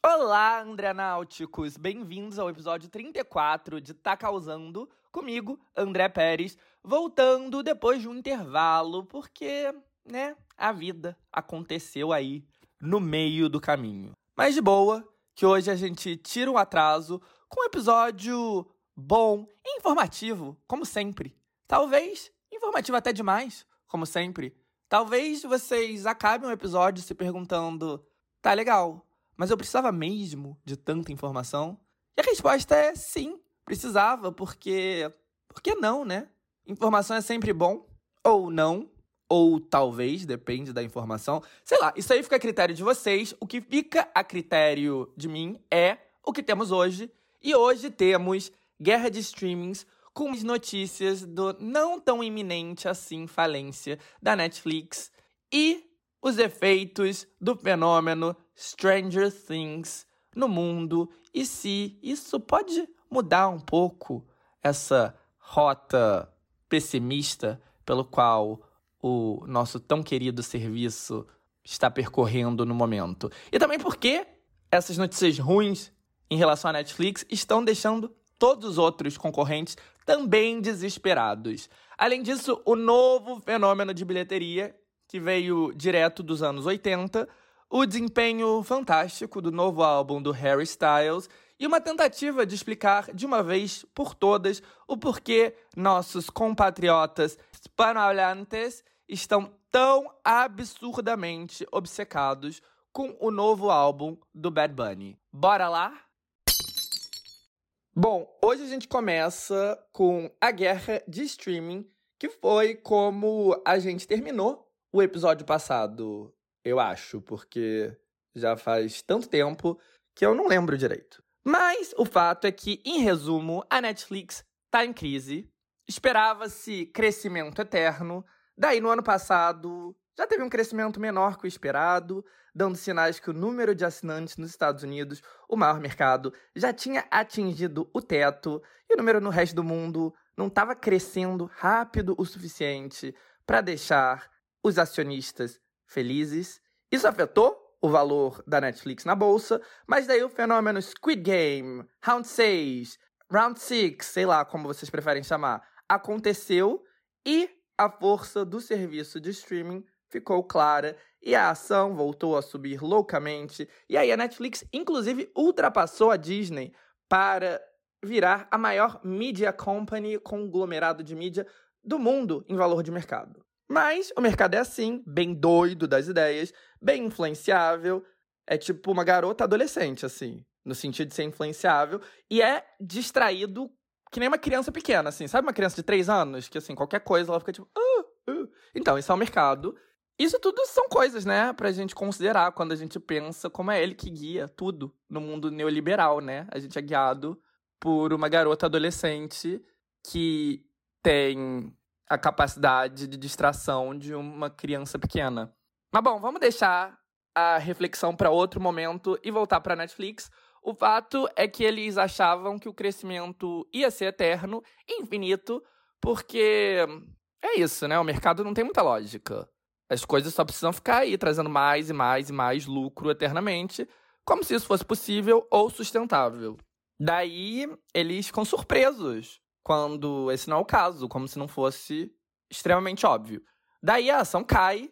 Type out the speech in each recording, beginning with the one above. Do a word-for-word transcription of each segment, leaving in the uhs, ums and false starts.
Olá, Andreanáuticos! Bem-vindos ao episódio trinta e quatro de Tá Causando, comigo, André Pérez, voltando depois de um intervalo, porque, né, a vida aconteceu aí no meio do caminho. Mas de boa, que hoje a gente tira um atraso com um episódio bom e informativo, como sempre. Talvez informativo até demais, como sempre. Talvez vocês acabem o episódio se perguntando, tá legal, mas eu precisava mesmo de tanta informação? E a resposta é sim, precisava, porque... Por que não, né? Informação é sempre bom, ou não, ou talvez, depende da informação. Sei lá, isso aí fica a critério de vocês. O que fica a critério de mim é o que temos hoje. E hoje temos guerra de streamings com as notícias do não tão iminente assim falência da Netflix e os efeitos do fenômeno Stranger Things no mundo e se isso pode mudar um pouco essa rota pessimista pelo qual o nosso tão querido serviço está percorrendo no momento. E também porque essas notícias ruins em relação à Netflix estão deixando todos os outros concorrentes também desesperados. Além disso, o novo fenômeno de bilheteria, que veio direto dos anos oitenta, o desempenho fantástico do novo álbum do Harry Styles e uma tentativa de explicar de uma vez por todas o porquê nossos compatriotas hispanohablantes estão tão absurdamente obcecados com o novo álbum do Bad Bunny. Bora lá? Bom, hoje a gente começa com a guerra de streaming, que foi como a gente terminou o episódio passado, eu acho, porque já faz tanto tempo que eu não lembro direito. Mas o fato é que, em resumo, a Netflix tá em crise, esperava-se crescimento eterno, daí no ano passado já teve um crescimento menor que o esperado, dando sinais que o número de assinantes nos Estados Unidos, o maior mercado, já tinha atingido o teto e o número no resto do mundo não estava crescendo rápido o suficiente para deixar os acionistas felizes. Isso afetou o valor da Netflix na bolsa, mas daí o fenômeno Squid Game, Round seis, Round seis, sei lá como vocês preferem chamar, aconteceu e a força do serviço de streaming ficou clara e a ação voltou a subir loucamente. E aí a Netflix, inclusive, ultrapassou a Disney para virar a maior media company, conglomerado de mídia do mundo em valor de mercado. Mas o mercado é assim, bem doido das ideias, bem influenciável. É tipo uma garota adolescente, assim, no sentido de ser influenciável. E é distraído que nem uma criança pequena, assim. Sabe uma criança de três anos? Que, assim, qualquer coisa ela fica tipo... Uh, uh. Então, isso é o mercado. Isso tudo são coisas, né, pra gente considerar quando a gente pensa como é ele que guia tudo no mundo neoliberal, né? A gente é guiado por uma garota adolescente que tem a capacidade de distração de uma criança pequena. Mas bom, vamos deixar a reflexão para outro momento e voltar para a Netflix. O fato é que eles achavam que o crescimento ia ser eterno, infinito, porque é isso, né? O mercado não tem muita lógica. As coisas só precisam ficar aí, trazendo mais e mais e mais lucro eternamente, como se isso fosse possível ou sustentável. Daí, eles ficam surpresos quando esse não é o caso, como se não fosse extremamente óbvio. Daí a ação cai,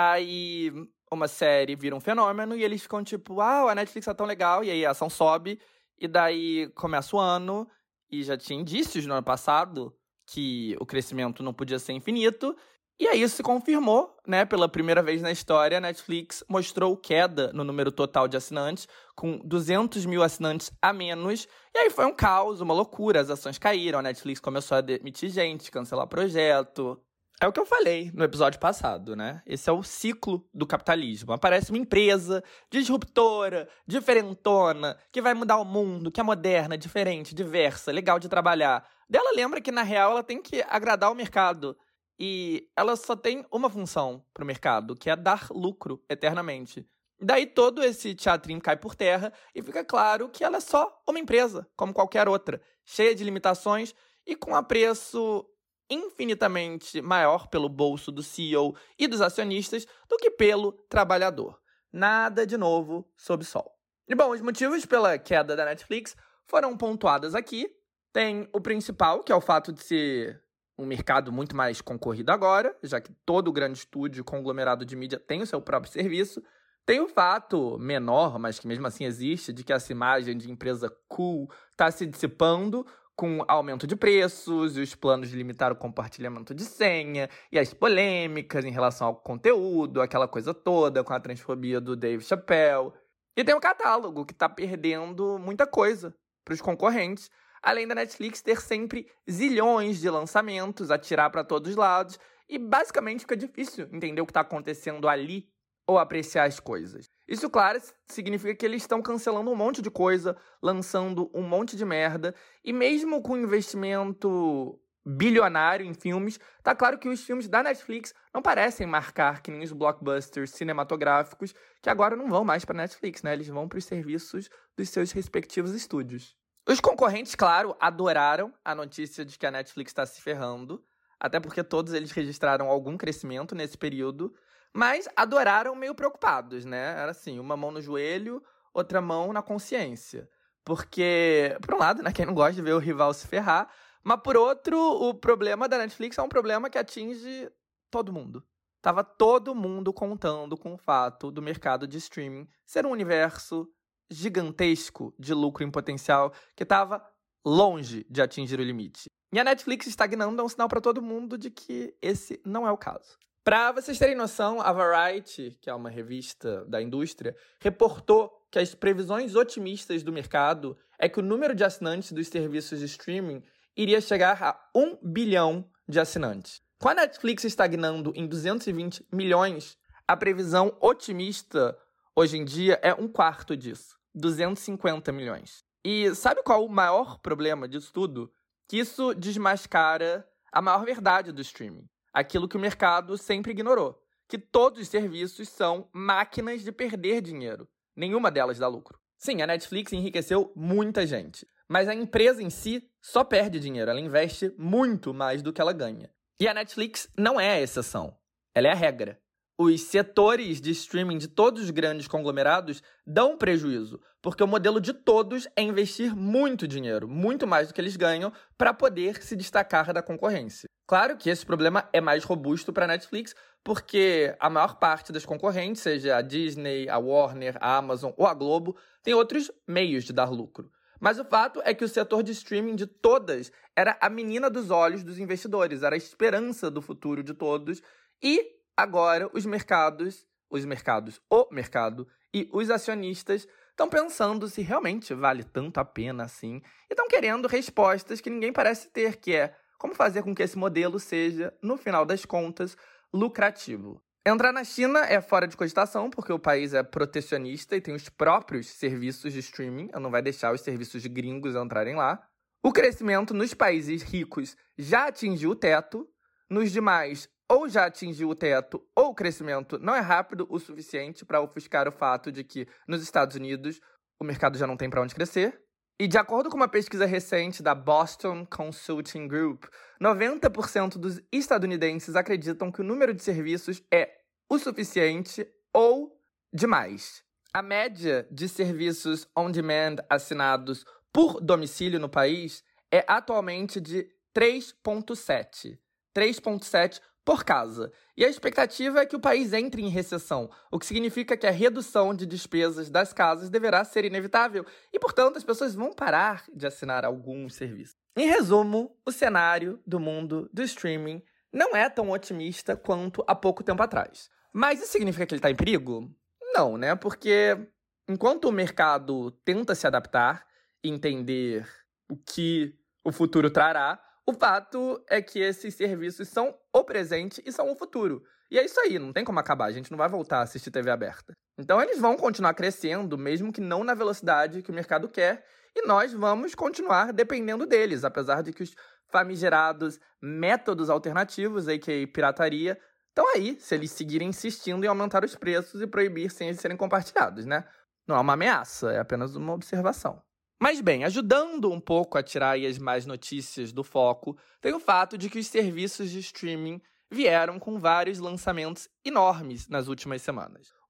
daí uma série vira um fenômeno e eles ficam tipo, ah, a Netflix é tão legal, e aí a ação sobe, e daí começa o ano, e já tinha indícios no ano passado que o crescimento não podia ser infinito, e aí isso se confirmou, né? Pela primeira vez na história, a Netflix mostrou queda no número total de assinantes, com duzentos mil assinantes a menos. E aí foi um caos, uma loucura. As ações caíram, a Netflix começou a demitir gente, cancelar projeto. É o que eu falei no episódio passado, né? Esse é o ciclo do capitalismo. Aparece uma empresa disruptora, diferentona, que vai mudar o mundo, que é moderna, diferente, diversa, legal de trabalhar. Daí ela lembra que, na real, ela tem que agradar o mercado. E ela só tem uma função pro mercado, que é dar lucro eternamente. Daí todo esse teatrinho cai por terra e fica claro que ela é só uma empresa, como qualquer outra, cheia de limitações e com apreço infinitamente maior pelo bolso do C E O e dos acionistas do que pelo trabalhador. Nada de novo sob o sol. E bom, os motivos pela queda da Netflix foram pontuados aqui. Tem o principal, que é o fato de ser um mercado muito mais concorrido agora, já que todo grande estúdio, conglomerado de mídia, tem o seu próprio serviço. Tem o fato menor, mas que mesmo assim existe, de que essa imagem de empresa cool está se dissipando com aumento de preços e os planos de limitar o compartilhamento de senha e as polêmicas em relação ao conteúdo, aquela coisa toda com a transfobia do Dave Chappelle. E tem o catálogo, que está perdendo muita coisa para os concorrentes, além da Netflix ter sempre zilhões de lançamentos a tirar para todos os lados, e basicamente fica difícil entender o que está acontecendo ali ou apreciar as coisas. Isso, claro, significa que eles estão cancelando um monte de coisa, lançando um monte de merda, e mesmo com investimento bilionário em filmes, tá claro que os filmes da Netflix não parecem marcar que nem os blockbusters cinematográficos, que agora não vão mais para Netflix, né? Eles vão para os serviços dos seus respectivos estúdios. Os concorrentes, claro, adoraram a notícia de que a Netflix está se ferrando, até porque todos eles registraram algum crescimento nesse período, mas adoraram meio preocupados, né? Era assim, uma mão no joelho, outra mão na consciência. Porque, por um lado, né, quem não gosta de ver o rival se ferrar, mas por outro, o problema da Netflix é um problema que atinge todo mundo. Tava todo mundo contando com o fato do mercado de streaming ser um universo gigantesco de lucro em potencial que estava longe de atingir o limite. E a Netflix estagnando é um sinal para todo mundo de que esse não é o caso. Para vocês terem noção, a Variety, que é uma revista da indústria, reportou que as previsões otimistas do mercado é que o número de assinantes dos serviços de streaming iria chegar a um bilhão de assinantes. Com a Netflix estagnando em duzentos e vinte milhões, a previsão otimista hoje em dia é um quarto disso, duzentos e cinquenta milhões. E sabe qual o maior problema disso tudo? Que isso desmascara a maior verdade do streaming. Aquilo que o mercado sempre ignorou, que todos os serviços são máquinas de perder dinheiro. Nenhuma delas dá lucro. Sim, a Netflix enriqueceu muita gente, mas a empresa em si só perde dinheiro, ela investe muito mais do que ela ganha. E a Netflix não é a exceção, ela é a regra. Os setores de streaming de todos os grandes conglomerados dão prejuízo, porque o modelo de todos é investir muito dinheiro, muito mais do que eles ganham, para poder se destacar da concorrência. Claro que esse problema é mais robusto para a Netflix, porque a maior parte das concorrentes, seja a Disney, a Warner, a Amazon ou a Globo, tem outros meios de dar lucro. Mas o fato é que o setor de streaming de todas era a menina dos olhos dos investidores, era a esperança do futuro de todos, e agora os mercados, os mercados, o mercado e os acionistas estão pensando se realmente vale tanto a pena assim e estão querendo respostas que ninguém parece ter, que é como fazer com que esse modelo seja, no final das contas, lucrativo. Entrar na China é fora de cogitação, porque o país é protecionista e tem os próprios serviços de streaming, não vai deixar os serviços de gringos entrarem lá. O crescimento nos países ricos já atingiu o teto, nos demais ou já atingiu o teto, ou o crescimento não é rápido o suficiente para ofuscar o fato de que, nos Estados Unidos, o mercado já não tem para onde crescer. E de acordo com uma pesquisa recente da Boston Consulting Group, noventa por cento dos estadunidenses acreditam que o número de serviços é o suficiente ou demais. A média de serviços on-demand assinados por domicílio no país é atualmente de três vírgula sete. três vírgula sete por casa. E a expectativa é que o país entre em recessão, o que significa que a redução de despesas das casas deverá ser inevitável e, portanto, as pessoas vão parar de assinar alguns serviços. Em resumo, o cenário do mundo do streaming não é tão otimista quanto há pouco tempo atrás. Mas isso significa que ele está em perigo? Não, né? Porque enquanto o mercado tenta se adaptar e entender o que o futuro trará, o fato é que esses serviços são o presente e são o futuro. E é isso aí, não tem como acabar, a gente não vai voltar a assistir T V aberta. Então eles vão continuar crescendo, mesmo que não na velocidade que o mercado quer, e nós vamos continuar dependendo deles, apesar de que os famigerados métodos alternativos, a k a pirataria, estão aí, se eles seguirem insistindo em aumentar os preços e proibir sem eles serem compartilhados, né? Não é uma ameaça, é apenas uma observação. Mas bem, ajudando um pouco a tirar aí as más notícias do foco, tem o fato de que os serviços de streaming vieram com vários lançamentos enormes nas últimas semanas.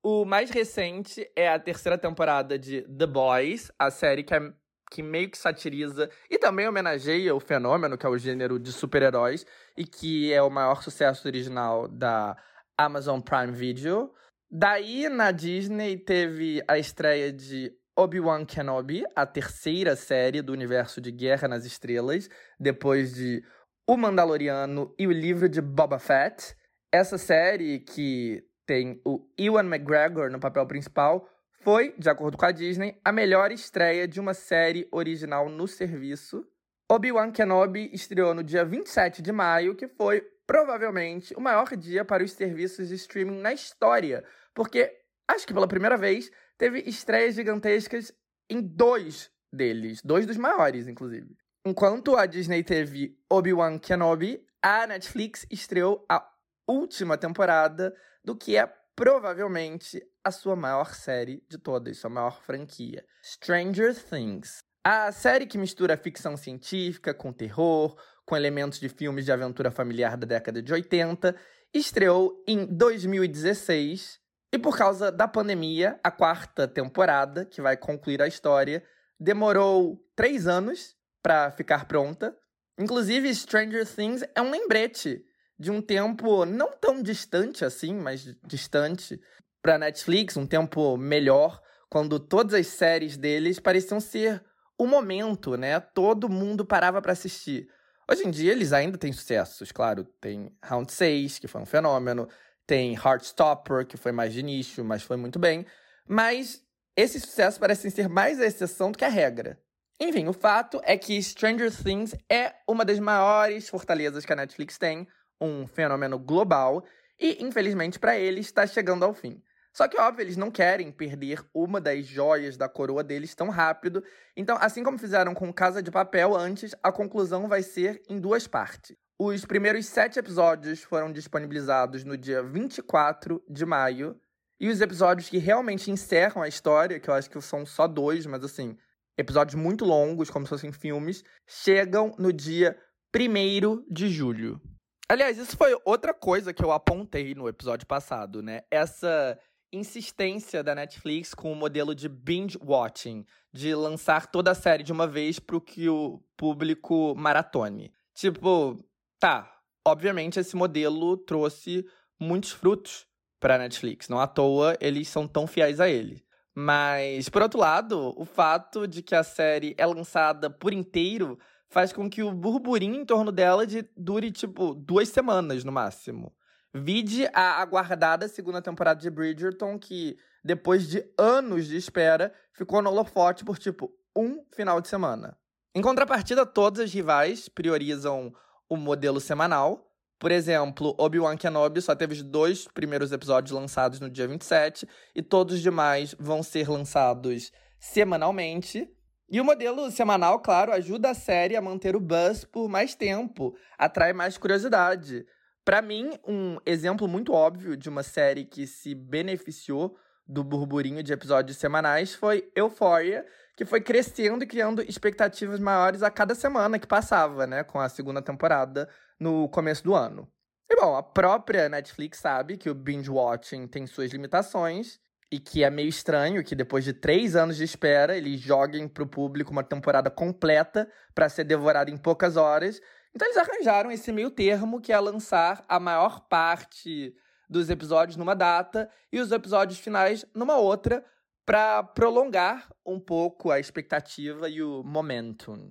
O mais recente é a terceira temporada de The Boys, a série que, é, que meio que satiriza e também homenageia o fenômeno, que é o gênero de super-heróis, e que é o maior sucesso original da Amazon Prime Video. Daí, na Disney, teve a estreia de Obi-Wan Kenobi, a terceira série do universo de Guerra nas Estrelas, depois de O Mandaloriano e o livro de Boba Fett. Essa série, que tem o Ewan McGregor no papel principal, foi, de acordo com a Disney, a melhor estreia de uma série original no serviço. Obi-Wan Kenobi estreou no dia vinte e sete de maio, que foi provavelmente o maior dia para os serviços de streaming na história, porque acho que pela primeira vez teve estreias gigantescas em dois deles, dois dos maiores, inclusive. Enquanto a Disney teve Obi-Wan Kenobi, a Netflix estreou a última temporada do que é provavelmente a sua maior série de todas, sua maior franquia, Stranger Things. A série que mistura ficção científica com terror, com elementos de filmes de aventura familiar da década de oitenta, estreou em dois mil e dezesseis e, por causa da pandemia, a quarta temporada, que vai concluir a história, demorou três anos para ficar pronta. Inclusive, Stranger Things é um lembrete de um tempo não tão distante assim, mas distante, para Netflix, um tempo melhor, quando todas as séries deles pareciam ser o momento, né? Todo mundo parava para assistir. Hoje em dia, eles ainda têm sucessos, claro. Tem Round seis, que foi um fenômeno. Tem Heartstopper, que foi mais de nicho, mas foi muito bem. Mas esses sucessos parecem ser mais a exceção do que a regra. Enfim, o fato é que Stranger Things é uma das maiores fortalezas que a Netflix tem, um fenômeno global, e, infelizmente, para eles, está chegando ao fim. Só que, óbvio, eles não querem perder uma das joias da coroa deles tão rápido. Então, assim como fizeram com Casa de Papel antes, a conclusão vai ser em duas partes. Os primeiros sete episódios foram disponibilizados no dia vinte e quatro de maio. E os episódios que realmente encerram a história, que eu acho que são só dois, mas assim, episódios muito longos, como se fossem filmes, chegam no dia primeiro de julho. Aliás, isso foi outra coisa que eu apontei no episódio passado, né? Essa insistência da Netflix com o modelo de binge-watching, de lançar toda a série de uma vez para que o público maratone. Tipo, tá, obviamente esse modelo trouxe muitos frutos para a Netflix, não à toa eles são tão fiéis a ele. Mas, por outro lado, o fato de que a série é lançada por inteiro faz com que o burburinho em torno dela de, dure, tipo, duas semanas no máximo. Vide a aguardada segunda temporada de Bridgerton, que, depois de anos de espera, ficou no holofote por, tipo, um final de semana. Em contrapartida, todas as rivais priorizam o modelo semanal. Por exemplo, Obi-Wan Kenobi só teve os dois primeiros episódios lançados no dia vinte e sete, e todos os demais vão ser lançados semanalmente. E o modelo semanal, claro, ajuda a série a manter o buzz por mais tempo, atrai mais curiosidade. Para mim, um exemplo muito óbvio de uma série que se beneficiou do burburinho de episódios semanais foi Euphoria, que foi crescendo e criando expectativas maiores a cada semana que passava, né, com a segunda temporada no começo do ano. E, bom, a própria Netflix sabe que o binge-watching tem suas limitações e que é meio estranho que depois de três anos de espera eles joguem pro público uma temporada completa para ser devorada em poucas horas. Então eles arranjaram esse meio termo, que é lançar a maior parte dos episódios numa data e os episódios finais numa outra, para prolongar um pouco a expectativa e o momentum.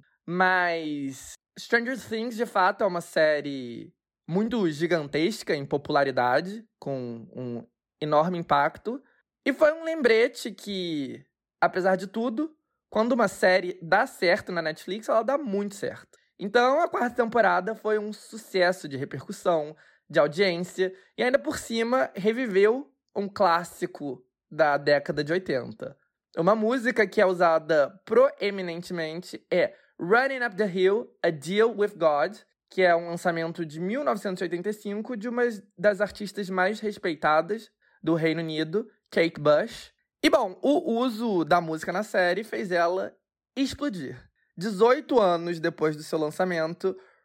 Mas Stranger Things, de fato, é uma série muito gigantesca em popularidade, com um enorme impacto. E foi um lembrete que, apesar de tudo, quando uma série dá certo na Netflix, ela dá muito certo. Então, a quarta temporada foi um sucesso de repercussão, de audiência, e ainda por cima reviveu um clássico da década de oitenta. Uma música que é usada proeminentemente é Running Up the Hill, A Deal with God, que é um lançamento de mil novecentos e oitenta e cinco de uma das artistas mais respeitadas do Reino Unido, Kate Bush. E, bom, o uso da música na série fez ela explodir. dezoito anos depois do seu lançamento,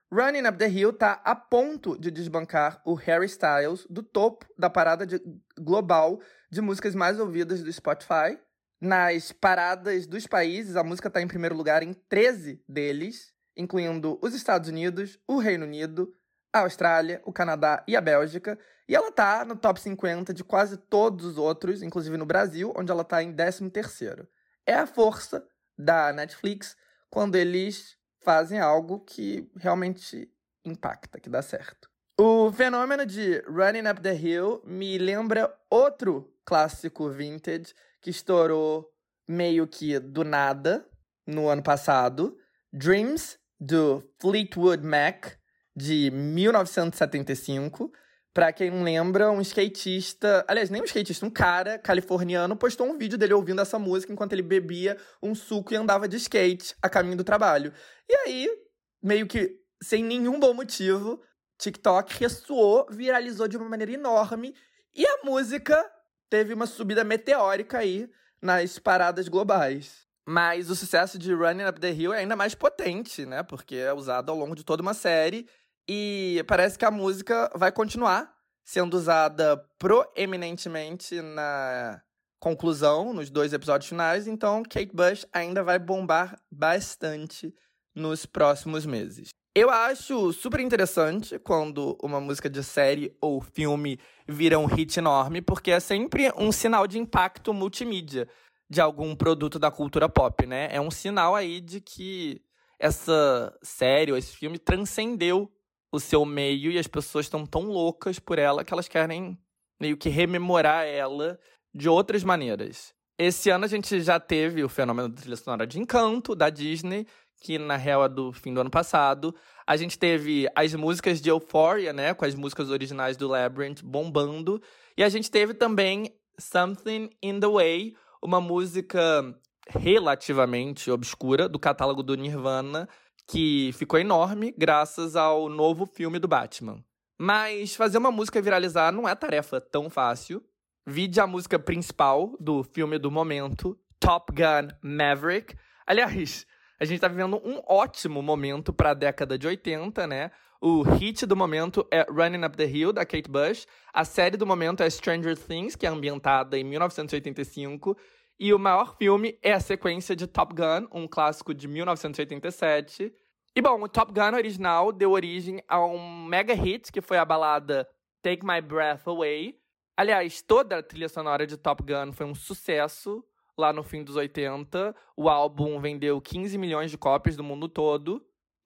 Running Up The Hill tá a ponto de desbancar o Harry Styles do topo da parada de, global de músicas mais ouvidas do Spotify. Nas paradas dos países, a música tá em primeiro lugar em treze deles, incluindo os Estados Unidos, o Reino Unido, a Austrália, o Canadá e a Bélgica. E ela tá no top cinquenta de quase todos os outros, inclusive no Brasil, onde ela tá em décimo terceiro. É a força da Netflix quando eles fazem algo que realmente impacta, que dá certo. O fenômeno de Running Up The Hill me lembra outro clássico vintage que estourou meio que do nada no ano passado. Dreams, do Fleetwood Mac, de mil novecentos e setenta e cinco. Pra quem não lembra, um skatista... Aliás, nem um skatista, um cara californiano postou um vídeo dele ouvindo essa música enquanto ele bebia um suco e andava de skate a caminho do trabalho. E aí, meio que sem nenhum bom motivo, TikTok ressoou, viralizou de uma maneira enorme e a música teve uma subida meteórica aí nas paradas globais. Mas o sucesso de Running Up The Hill é ainda mais potente, né? Porque é usado ao longo de toda uma série. E parece que a música vai continuar sendo usada proeminentemente na conclusão, nos dois episódios finais. Então, Kate Bush ainda vai bombar bastante nos próximos meses. Eu acho super interessante quando uma música de série ou filme vira um hit enorme, porque é sempre um sinal de impacto multimídia de algum produto da cultura pop, né? É um sinal aí de que essa série ou esse filme transcendeu o seu meio e as pessoas estão tão loucas por ela que elas querem meio que rememorar ela de outras maneiras. Esse ano a gente já teve o fenômeno da trilha sonora de Encanto, da Disney, que na real é do fim do ano passado. A gente teve as músicas de Euphoria, né, com as músicas originais do Labyrinth bombando. E a gente teve também Something in the Way, uma música relativamente obscura do catálogo do Nirvana, que ficou enorme graças ao novo filme do Batman. Mas fazer uma música viralizar não é tarefa tão fácil. Vide a música principal do filme do momento, Top Gun Maverick. Aliás, a gente tá vivendo um ótimo momento para a década de oitenta, né? O hit do momento é Running Up The Hill, da Kate Bush. A série do momento é Stranger Things, que é ambientada em mil novecentos e oitenta e cinco. E o maior filme é a sequência de Top Gun, um clássico de mil novecentos e oitenta e sete. E bom, o Top Gun original deu origem a um mega hit, que foi a balada Take My Breath Away. Aliás, toda a trilha sonora de Top Gun foi um sucesso lá no fim dos oitenta. O álbum vendeu quinze milhões de cópias do mundo todo.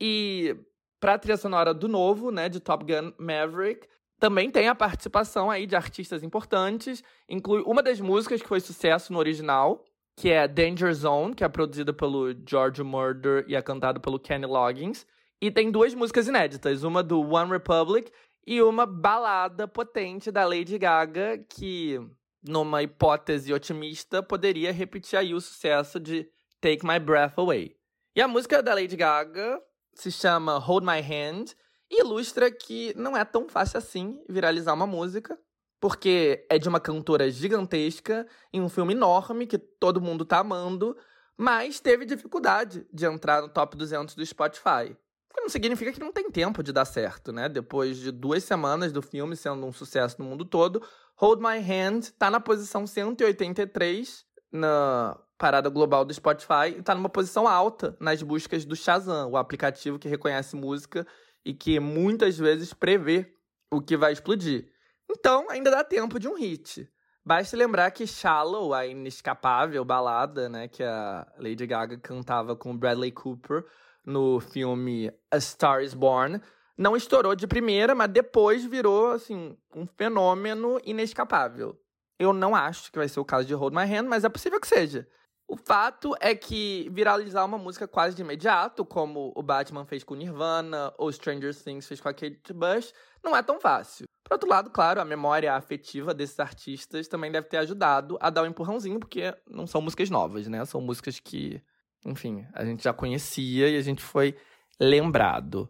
E pra trilha sonora do novo, né, de Top Gun Maverick, também tem a participação aí de artistas importantes. Inclui uma das músicas que foi sucesso no original, que é Danger Zone, que é produzida pelo George Murder e é cantada pelo Kenny Loggins. E tem duas músicas inéditas, uma do One Republic e uma balada potente da Lady Gaga, que, numa hipótese otimista, poderia repetir aí o sucesso de Take My Breath Away. E a música da Lady Gaga se chama Hold My Hand, e ilustra que não é tão fácil assim viralizar uma música, porque é de uma cantora gigantesca, em um filme enorme que todo mundo tá amando, mas teve dificuldade de entrar no top duzentos do Spotify. O que não significa que não tem tempo de dar certo, né? Depois de duas semanas do filme sendo um sucesso no mundo todo, Hold My Hand tá na posição cento e oitenta e três na parada global do Spotify e tá numa posição alta nas buscas do Shazam, o aplicativo que reconhece música e que muitas vezes prevê o que vai explodir. Então, ainda dá tempo de um hit. Basta lembrar que Shallow, a inescapável balada, né, que a Lady Gaga cantava com Bradley Cooper no filme A Star Is Born, não estourou de primeira, mas depois virou, assim, um fenômeno inescapável. Eu não acho que vai ser o caso de Hold My Hand, mas é possível que seja. O fato é que viralizar uma música quase de imediato, como o Batman fez com Nirvana ou Stranger Things fez com a Kate Bush, não é tão fácil. Por outro lado, claro, a memória afetiva desses artistas também deve ter ajudado a dar um empurrãozinho, porque não são músicas novas, né? São músicas que, enfim, a gente já conhecia e a gente foi lembrado.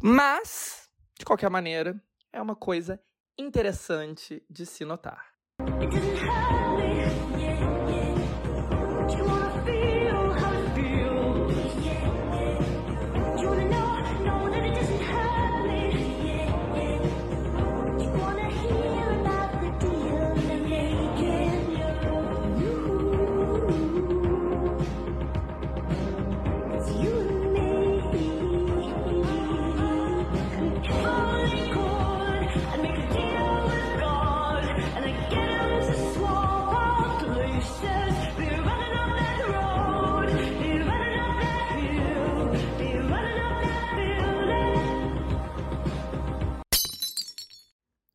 Mas, de qualquer maneira, é uma coisa interessante de se notar.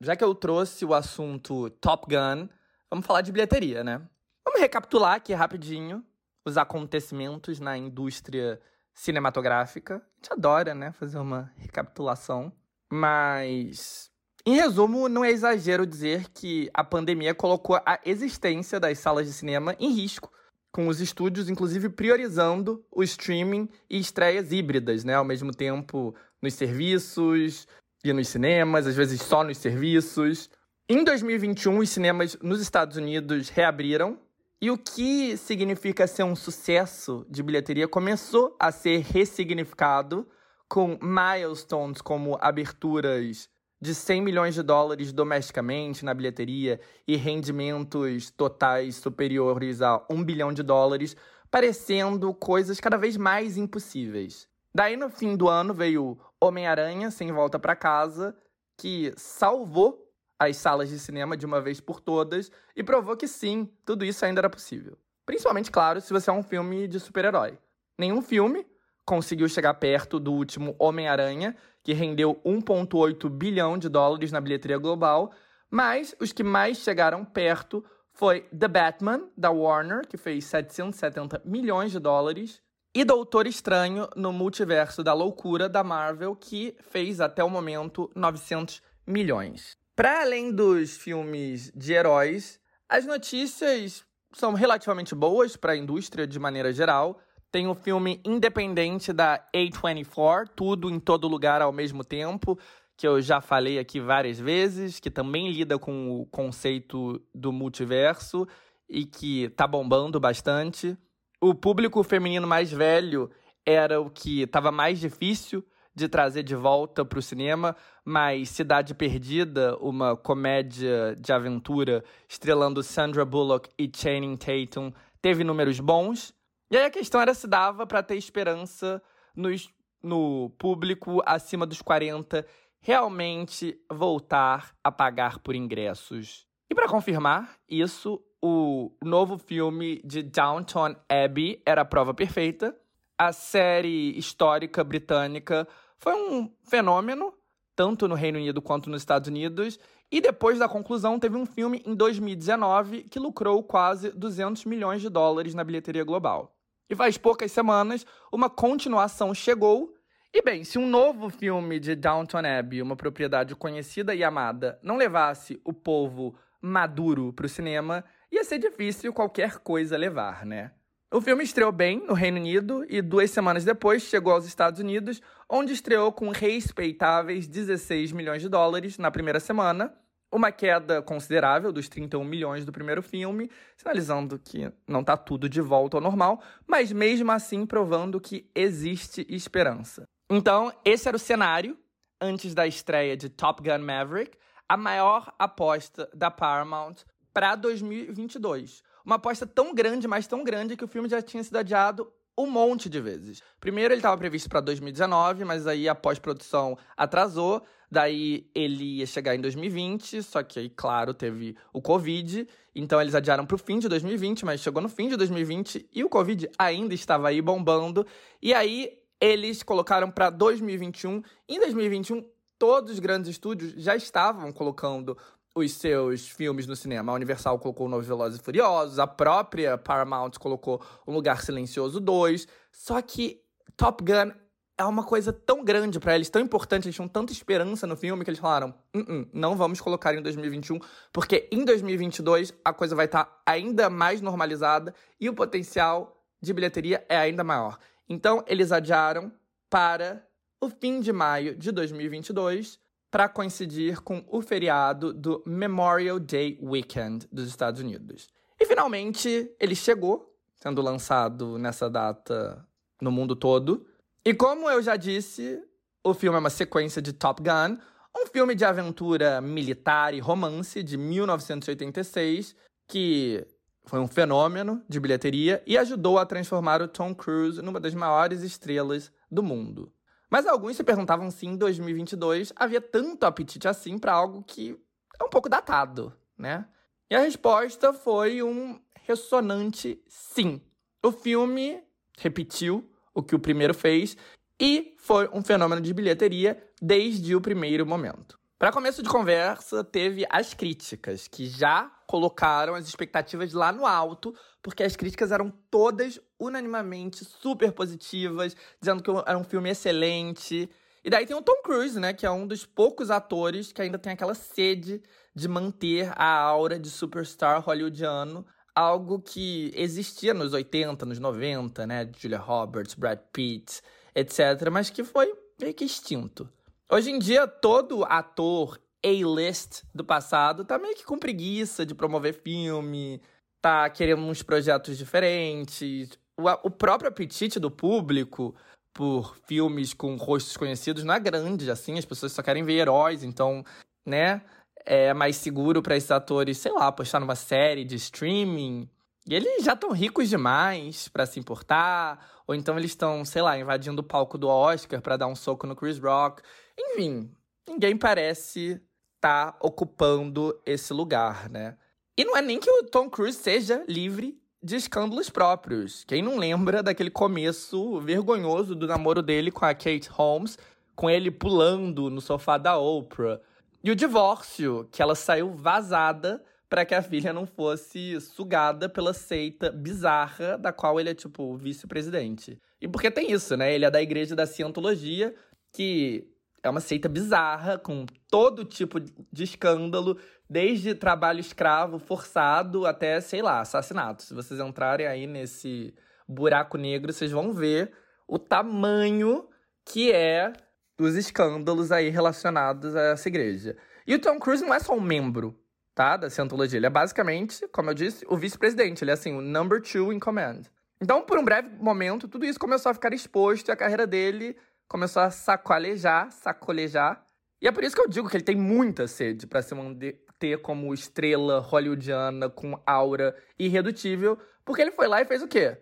já que eu trouxe o assunto Top Gun, vamos falar de bilheteria, né? Vamos recapitular aqui rapidinho os acontecimentos na indústria cinematográfica. A gente adora, né, fazer uma recapitulação. Mas, em resumo, não é exagero dizer que a pandemia colocou a existência das salas de cinema em risco, com os estúdios, inclusive, priorizando o streaming e estreias híbridas, né, ao mesmo tempo nos serviços e nos cinemas, às vezes só nos serviços. Em dois mil e vinte e um, os cinemas nos Estados Unidos reabriram, e o que significa ser um sucesso de bilheteria começou a ser ressignificado com milestones como aberturas de cem milhões de dólares domesticamente na bilheteria e rendimentos totais superiores a um bilhão de dólares, parecendo coisas cada vez mais impossíveis. Daí, no fim do ano, veio Homem-Aranha Sem Volta para Casa, que salvou as salas de cinema de uma vez por todas e provou que sim, tudo isso ainda era possível. Principalmente, claro, se você é um filme de super-herói. Nenhum filme conseguiu chegar perto do último Homem-Aranha, que rendeu um vírgula oito bilhão de dólares na bilheteria global, mas os que mais chegaram perto foi The Batman, da Warner, que fez setecentos e setenta milhões de dólares, e Doutor Estranho no Multiverso da Loucura, da Marvel, que fez até o momento novecentos milhões. Para além dos filmes de heróis, as notícias são relativamente boas para a indústria de maneira geral. Tem o filme independente da A vinte e quatro, Tudo em Todo Lugar ao Mesmo Tempo, que eu já falei aqui várias vezes, que também lida com o conceito do multiverso e que tá bombando bastante. O público feminino mais velho era o que estava mais difícil de trazer de volta para o cinema, mas Cidade Perdida, uma comédia de aventura estrelando Sandra Bullock e Channing Tatum, teve números bons. E aí a questão era se dava para ter esperança nos, no público acima dos quarenta realmente voltar a pagar por ingressos. E para confirmar isso, o novo filme de Downton Abbey era a prova perfeita. A série histórica britânica foi um fenômeno, tanto no Reino Unido quanto nos Estados Unidos, e depois da conclusão teve um filme em dois mil e dezenove que lucrou quase duzentos milhões de dólares na bilheteria global. E faz poucas semanas, uma continuação chegou, e bem, se um novo filme de Downton Abbey, uma propriedade conhecida e amada, não levasse o povo maduro para o cinema, ia ser difícil qualquer coisa levar, né? O filme estreou bem no Reino Unido e duas semanas depois chegou aos Estados Unidos, onde estreou com respeitáveis dezesseis milhões de dólares na primeira semana, uma queda considerável dos trinta e um milhões do primeiro filme, sinalizando que não está tudo de volta ao normal, mas mesmo assim provando que existe esperança. Então, esse era o cenário antes da estreia de Top Gun Maverick, a maior aposta da Paramount para dois mil e vinte e dois. Uma aposta tão grande, mas tão grande, que o filme já tinha sido adiado um monte de vezes. Primeiro ele estava previsto para dois mil e dezenove, mas aí a pós-produção atrasou, daí ele ia chegar em dois mil e vinte, só que aí, claro, teve o Covid, então eles adiaram para o fim de dois mil e vinte, mas chegou no fim de dois mil e vinte e o Covid ainda estava aí bombando, e aí eles colocaram para dois mil e vinte e um. Em dois mil e vinte e um, todos os grandes estúdios já estavam colocando os seus filmes no cinema. A Universal colocou Novos Velozes e Furiosos, a própria Paramount colocou Um Lugar Silencioso dois, só que Top Gun é uma coisa tão grande pra eles, tão importante, eles tinham tanta esperança no filme que eles falaram, uh-uh, não vamos colocar em dois mil e vinte e um, porque em dois mil e vinte e dois a coisa vai estar ainda mais normalizada e o potencial de bilheteria é ainda maior. Então, eles adiaram para o fim de maio de dois mil e vinte e dois, para coincidir com o feriado do Memorial Day Weekend dos Estados Unidos. E, finalmente, ele chegou, sendo lançado nessa data no mundo todo. E como eu já disse, o filme é uma sequência de Top Gun, um filme de aventura militar e romance de mil novecentos e oitenta e seis, que foi um fenômeno de bilheteria e ajudou a transformar o Tom Cruise numa das maiores estrelas do mundo. Mas alguns se perguntavam se em dois mil e vinte e dois havia tanto apetite assim para algo que é um pouco datado, né? E a resposta foi um ressonante sim. O filme repetiu o que o primeiro fez e foi um fenômeno de bilheteria desde o primeiro momento. Para começo de conversa, teve as críticas, que já colocaram as expectativas lá no alto, porque as críticas eram todas unanimamente super positivas, dizendo que era um filme excelente. E daí tem o Tom Cruise, né, que é um dos poucos atores que ainda tem aquela sede de manter a aura de superstar hollywoodiano, algo que existia nos oitenta, nos noventa, né, Julia Roberts, Brad Pitt, etcétera, mas que foi meio que extinto. Hoje em dia, todo ator A-list do passado tá meio que com preguiça de promover filme, tá querendo uns projetos diferentes. O, o próprio apetite do público por filmes com rostos conhecidos não é grande, assim, as pessoas só querem ver heróis, então, né, é mais seguro para esses atores, sei lá, apostar numa série de streaming. E eles já estão ricos demais pra se importar, ou então eles estão, sei lá, invadindo o palco do Oscar pra dar um soco no Chris Rock. Enfim, ninguém parece estar ocupando esse lugar, né? E não é nem que o Tom Cruise seja livre de escândalos próprios. Quem não lembra daquele começo vergonhoso do namoro dele com a Kate Holmes, com ele pulando no sofá da Oprah. E o divórcio, que ela saiu vazada para que a filha não fosse sugada pela seita bizarra da qual ele é, tipo, o vice-presidente. E porque tem isso, né? Ele é da Igreja da Cientologia, que é uma seita bizarra, com todo tipo de escândalo, desde trabalho escravo forçado até, sei lá, assassinato. Se vocês entrarem aí nesse buraco negro, vocês vão ver o tamanho que é os escândalos aí relacionados a essa igreja. E o Tom Cruise não é só um membro, tá, da Scientology. Ele é basicamente, como eu disse, o vice-presidente. Ele é, assim, o number two in command. Então, por um breve momento, tudo isso começou a ficar exposto e a carreira dele começou a sacolejar, sacolejar. E é por isso que eu digo que ele tem muita sede pra se manter como estrela hollywoodiana com aura irredutível, porque ele foi lá e fez o quê?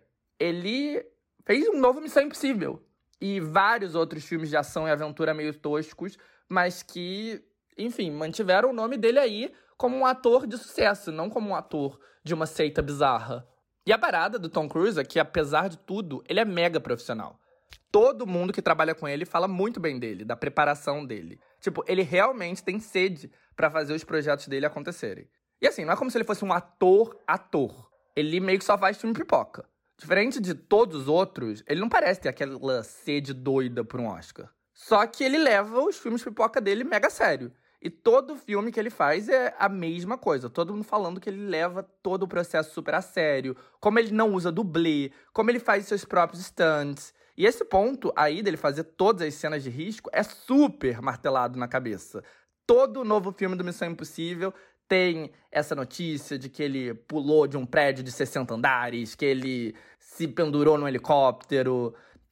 Ele fez um novo Missão Impossível. E vários outros filmes de ação e aventura meio toscos, mas que, enfim, mantiveram o nome dele aí como um ator de sucesso, não como um ator de uma seita bizarra. E a parada do Tom Cruise é que, apesar de tudo, ele é mega profissional. Todo mundo que trabalha com ele fala muito bem dele, da preparação dele. Tipo, ele realmente tem sede pra fazer os projetos dele acontecerem. E assim, não é como se ele fosse um ator-ator. Ele meio que só faz filme pipoca. Diferente de todos os outros, ele não parece ter aquela sede doida por um Oscar. Só que ele leva os filmes pipoca dele mega a sério. E todo filme que ele faz é a mesma coisa. Todo mundo falando que ele leva todo o processo super a sério. Como ele não usa dublê. Como ele faz seus próprios stunts. E esse ponto aí dele fazer todas as cenas de risco é super martelado na cabeça. Todo novo filme do Missão Impossível tem essa notícia de que ele pulou de um prédio de sessenta andares, que ele se pendurou num helicóptero.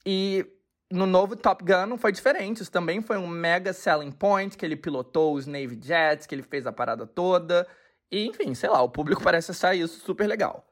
E no novo Top Gun não foi diferente. Isso também foi um mega selling point, que ele pilotou os Navy Jets, que ele fez a parada toda. E, enfim, sei lá, o público parece achar isso super legal.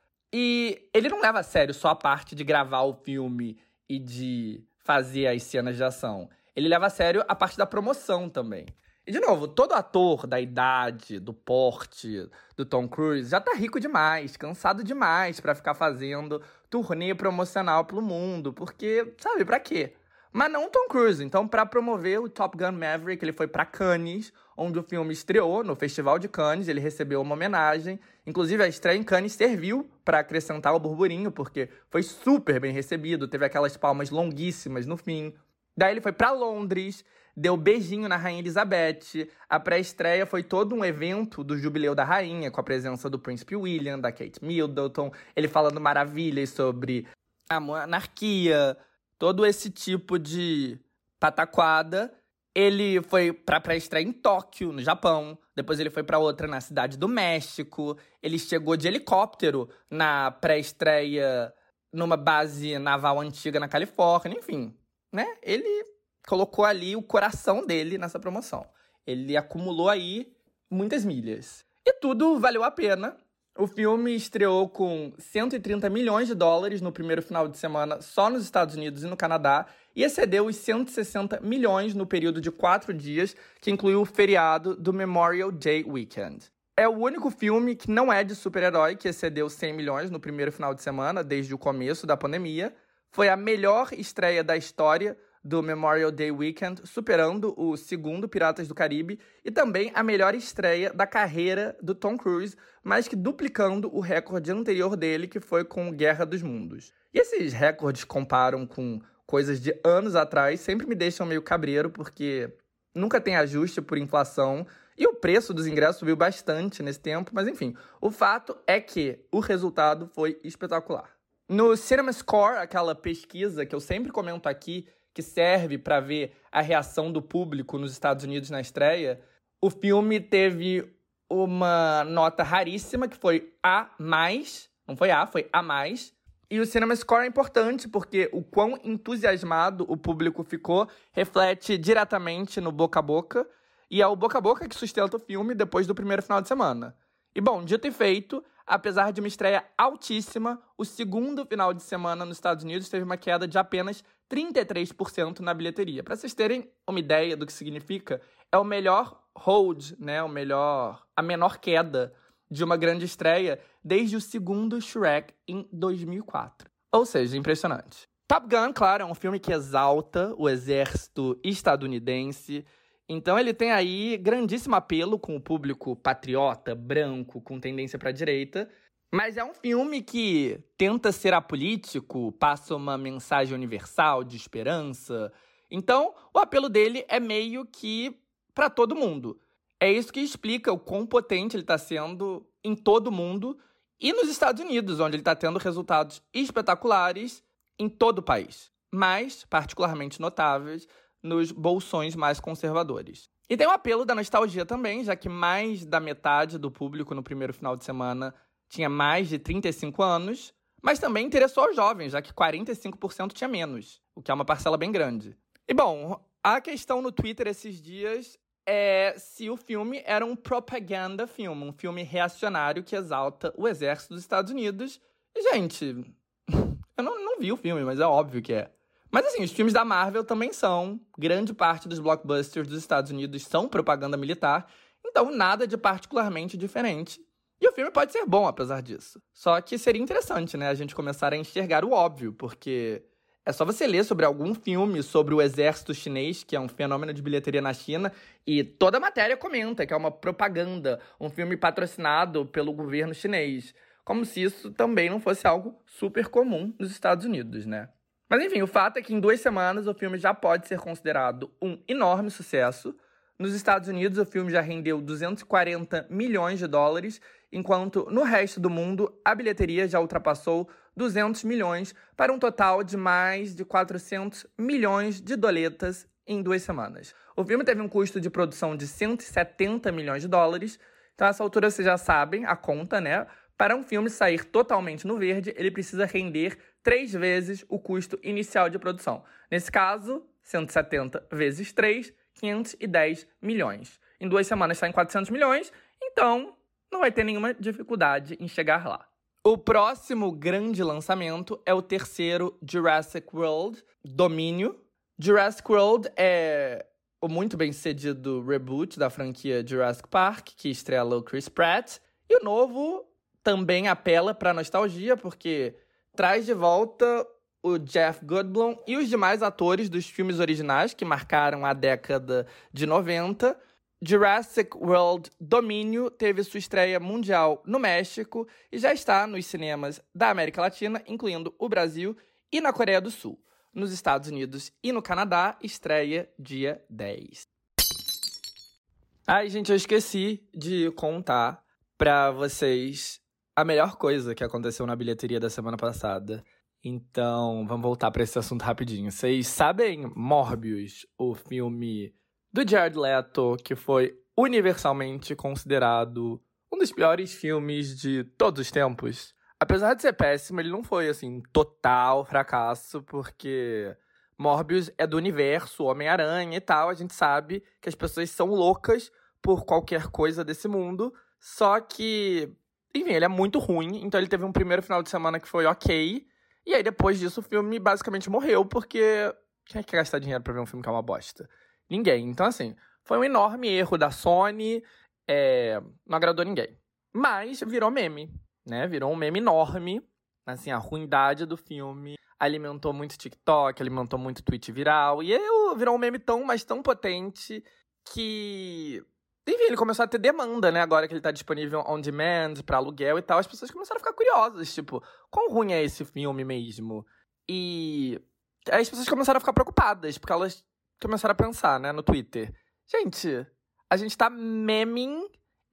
E ele não leva a sério só a parte de gravar o filme e de fazer as cenas de ação. Ele leva a sério a parte da promoção também. E, de novo, todo ator da idade, do porte do Tom Cruise já tá rico demais, cansado demais pra ficar fazendo turnê promocional pelo mundo. Porque, sabe, pra quê? Mas não o Tom Cruise. Então, pra promover o Top Gun Maverick, ele foi pra Cannes, onde o filme estreou no Festival de Cannes. Ele recebeu uma homenagem. Inclusive, a estreia em Cannes serviu pra acrescentar o burburinho, porque foi super bem recebido. Teve aquelas palmas longuíssimas no fim. Daí ele foi pra Londres, deu beijinho na Rainha Elizabeth. A pré-estreia foi todo um evento do Jubileu da Rainha, com a presença do Príncipe William, da Kate Middleton. Ele falando maravilhas sobre a monarquia, todo esse tipo de pataquada. Ele foi pra pré-estreia em Tóquio, no Japão. Depois ele foi pra outra na Cidade do México. Ele chegou de helicóptero na pré-estreia numa base naval antiga na Califórnia. Enfim, né? Ele colocou ali o coração dele nessa promoção. Ele acumulou aí muitas milhas. E tudo valeu a pena. O filme estreou com cento e trinta milhões de dólares no primeiro final de semana só nos Estados Unidos e no Canadá e excedeu os cento e sessenta milhões no período de quatro dias, que incluiu o feriado do Memorial Day Weekend. É o único filme que não é de super-herói que excedeu cem milhões no primeiro final de semana, desde o começo da pandemia. Foi a melhor estreia da história do Memorial Day Weekend, superando o segundo Piratas do Caribe e também a melhor estreia da carreira do Tom Cruise, mais que duplicando o recorde anterior dele, que foi com Guerra dos Mundos. E esses recordes comparam com coisas de anos atrás, sempre me deixam meio cabreiro, porque nunca tem ajuste por inflação e o preço dos ingressos subiu bastante nesse tempo, mas enfim, o fato é que o resultado foi espetacular. No CinemaScore, aquela pesquisa que eu sempre comento aqui, que serve para ver a reação do público nos Estados Unidos na estreia, o filme teve uma nota raríssima, que foi A mais, não foi A, foi A mais. E o CinemaScore é importante porque o quão entusiasmado o público ficou reflete diretamente no boca a boca, e é o boca a boca que sustenta o filme depois do primeiro final de semana. E bom, dito e feito, apesar de uma estreia altíssima, o segundo final de semana nos Estados Unidos teve uma queda de apenas trinta e três por cento na bilheteria. Para vocês terem uma ideia do que significa, é o melhor hold, né, o melhor, a menor queda de uma grande estreia desde o segundo Shrek em dois mil e quatro. Ou seja, impressionante. Top Gun, claro, é um filme que exalta o exército estadunidense. Então ele tem aí grandíssimo apelo com o público patriota, branco, com tendência para a direita. Mas é um filme que tenta ser apolítico, passa uma mensagem universal de esperança. Então, o apelo dele é meio que para todo mundo. É isso que explica o quão potente ele está sendo em todo o mundo e nos Estados Unidos, onde ele está tendo resultados espetaculares em todo o país. Mas, particularmente notáveis, nos bolsões mais conservadores. E tem o apelo da nostalgia também, já que mais da metade do público no primeiro final de semana tinha mais de trinta e cinco anos, mas também interessou aos jovens, já que quarenta e cinco por cento tinha menos, o que é uma parcela bem grande. E bom, a questão no Twitter esses dias é se o filme era um propaganda film, um filme reacionário que exalta o exército dos Estados Unidos. E, gente, eu não, não vi o filme, mas é óbvio que é. Mas assim, os filmes da Marvel também são. Grande parte dos blockbusters dos Estados Unidos são propaganda militar, então nada de particularmente diferente. E o filme pode ser bom, apesar disso. Só que seria interessante, né, a gente começar a enxergar o óbvio, porque é só você ler sobre algum filme sobre o exército chinês, que é um fenômeno de bilheteria na China, e toda a matéria comenta que é uma propaganda, um filme patrocinado pelo governo chinês. Como se isso também não fosse algo super comum nos Estados Unidos, né? Mas enfim, o fato é que em duas semanas o filme já pode ser considerado um enorme sucesso. Nos Estados Unidos, o filme já rendeu duzentos e quarenta milhões de dólares, enquanto no resto do mundo a bilheteria já ultrapassou duzentos milhões, para um total de mais de quatrocentos milhões de doletas em duas semanas. O filme teve um custo de produção de cento e setenta milhões de dólares, então a essa altura vocês já sabem a conta, né? Para um filme sair totalmente no verde, ele precisa render três vezes o custo inicial de produção. Nesse caso, cento e setenta vezes três, quinhentos e dez milhões. Em duas semanas sai em quatrocentos milhões, então não vai ter nenhuma dificuldade em chegar lá. O próximo grande lançamento é o terceiro Jurassic World, Domínio. Jurassic World é o muito bem-sucedido reboot da franquia Jurassic Park, que estrela o Chris Pratt. E o novo também apela para a nostalgia, porque traz de volta o Jeff Goldblum e os demais atores dos filmes originais que marcaram a década de noventa. Jurassic World Domínio teve sua estreia mundial no México e já está nos cinemas da América Latina, incluindo o Brasil e na Coreia do Sul. Nos Estados Unidos e no Canadá, estreia dia dez. Ai, gente, eu esqueci de contar pra vocês a melhor coisa que aconteceu na bilheteria da semana passada. Então, vamos voltar pra esse assunto rapidinho. Vocês sabem Morbius, o filme do Jared Leto, que foi universalmente considerado um dos piores filmes de todos os tempos? Apesar de ser péssimo, ele não foi, assim, um total fracasso, porque Morbius é do universo Homem-Aranha e tal. A gente sabe que as pessoas são loucas por qualquer coisa desse mundo. Só que, enfim, ele é muito ruim. Então ele teve um primeiro final de semana que foi ok. E aí, depois disso, o filme basicamente morreu, porque quem é que quer gastar dinheiro pra ver um filme que é uma bosta? Ninguém. Então, assim, foi um enorme erro da Sony. É... Não agradou ninguém. Mas virou meme. Né, virou um meme enorme, assim, a ruindade do filme, alimentou muito TikTok, alimentou muito tweet viral. E aí virou um meme tão, mas tão potente que... Enfim, ele começou a ter demanda, né? Agora que ele tá disponível on demand, pra aluguel e tal. As pessoas começaram a ficar curiosas, tipo... Quão ruim é esse filme mesmo? E... Aí as pessoas começaram a ficar preocupadas, porque elas começaram a pensar, né, no Twitter. Gente, a gente tá meming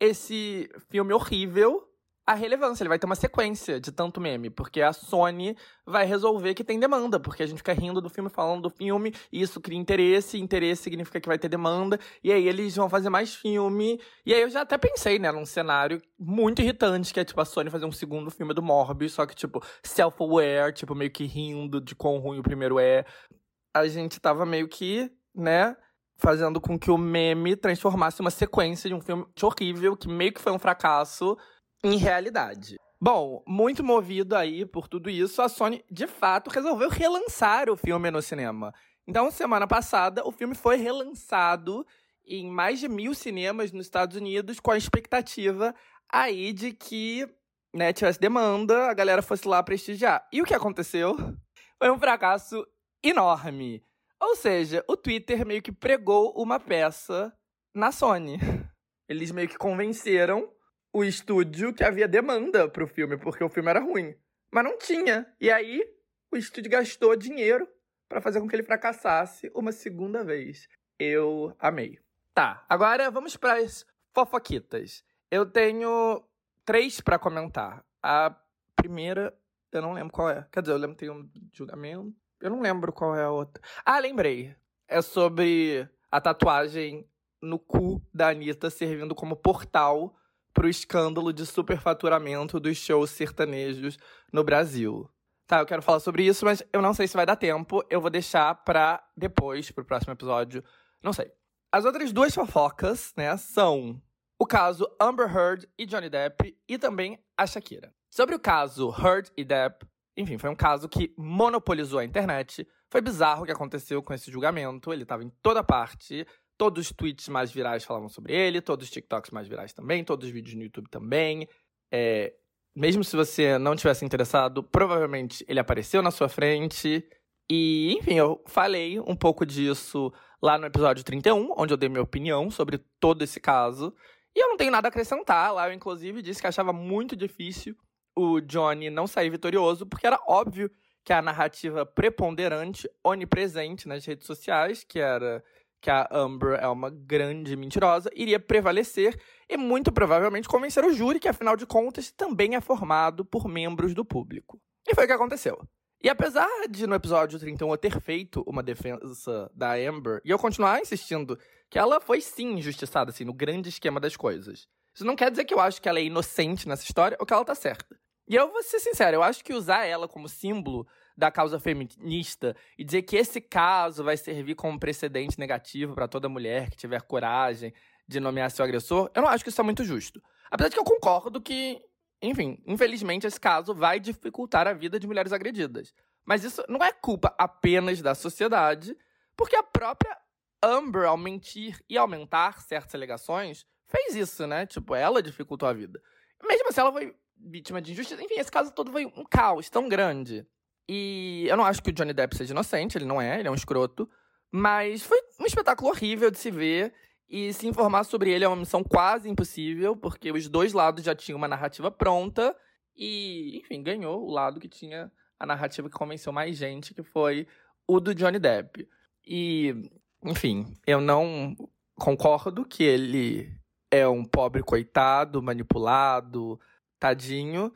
esse filme horrível... A relevância, ele vai ter uma sequência de tanto meme, porque a Sony vai resolver que tem demanda, porque a gente fica rindo do filme, falando do filme, e isso cria interesse, interesse significa que vai ter demanda, e aí eles vão fazer mais filme, e aí eu já até pensei, né, num cenário muito irritante, que é tipo a Sony fazer um segundo filme do Morbius, só que tipo, self-aware, tipo, meio que rindo de quão ruim o primeiro é. A gente tava meio que, né, fazendo com que o meme transformasse uma sequência de um filme horrível, que meio que foi um fracasso, em realidade. Bom, muito movido aí por tudo isso, a Sony, de fato, resolveu relançar o filme no cinema. Então, semana passada, o filme foi relançado em mais de mil cinemas nos Estados Unidos, com a expectativa aí de que, né, tivesse demanda, a galera fosse lá prestigiar. E o que aconteceu? Foi um fracasso enorme. Ou seja, o Twitter meio que pregou uma peça na Sony. Eles meio que convenceram o estúdio que havia demanda pro filme, porque o filme era ruim. Mas não tinha. E aí, o estúdio gastou dinheiro pra fazer com que ele fracassasse uma segunda vez. Eu amei. Tá, agora vamos pras fofoquitas. Eu tenho três pra comentar. A primeira, eu não lembro qual é. Quer dizer, eu lembro que tem um julgamento. Eu não lembro qual é a outra. Ah, lembrei. É sobre a tatuagem no cu da Anitta servindo como portal pro escândalo de superfaturamento dos shows sertanejos no Brasil. Tá, eu quero falar sobre isso, mas eu não sei se vai dar tempo. Eu vou deixar pra depois, pro próximo episódio. Não sei. As outras duas fofocas, né, são o caso Amber Heard e Johnny Depp e também a Shakira. Sobre o caso Heard e Depp, enfim, foi um caso que monopolizou a internet. Foi bizarro o que aconteceu com esse julgamento. Ele tava em toda parte. Todos os tweets mais virais falavam sobre ele, todos os TikToks mais virais também, todos os vídeos no YouTube também. É, mesmo se você não tivesse interessado, provavelmente ele apareceu na sua frente. E, enfim, eu falei um pouco disso lá no episódio trinta e um, onde eu dei minha opinião sobre todo esse caso. E eu não tenho nada a acrescentar. Lá eu, inclusive, disse que achava muito difícil o Johnny não sair vitorioso, porque era óbvio que a narrativa preponderante, onipresente nas redes sociais, que era que a Amber é uma grande mentirosa, iria prevalecer e muito provavelmente convencer o júri, que afinal de contas também é formado por membros do público. E foi o que aconteceu. E apesar de no episódio trinta e um eu ter feito uma defesa da Amber, e eu continuar insistindo que ela foi sim injustiçada, assim, no grande esquema das coisas, isso não quer dizer que eu acho que ela é inocente nessa história ou que ela tá certa. E eu vou ser sincero, eu acho que usar ela como símbolo da causa feminista e dizer que esse caso vai servir como precedente negativo para toda mulher que tiver coragem de nomear seu agressor, eu não acho que isso é muito justo. Apesar de que eu concordo que, enfim, infelizmente esse caso vai dificultar a vida de mulheres agredidas. Mas isso não é culpa apenas da sociedade, porque a própria Amber, ao mentir e aumentar certas alegações, fez isso, né? Tipo, ela dificultou a vida. Mesmo assim, ela foi vítima de injustiça. Enfim, esse caso todo foi um caos tão grande. E eu não acho que o Johnny Depp seja inocente, ele não é, ele é um escroto. Mas foi um espetáculo horrível de se ver. E se informar sobre ele é uma missão quase impossível, porque os dois lados já tinham uma narrativa pronta. E, enfim, ganhou o lado que tinha a narrativa que convenceu mais gente, que foi o do Johnny Depp. E, enfim, eu não concordo que ele é um pobre coitado, manipulado, tadinho.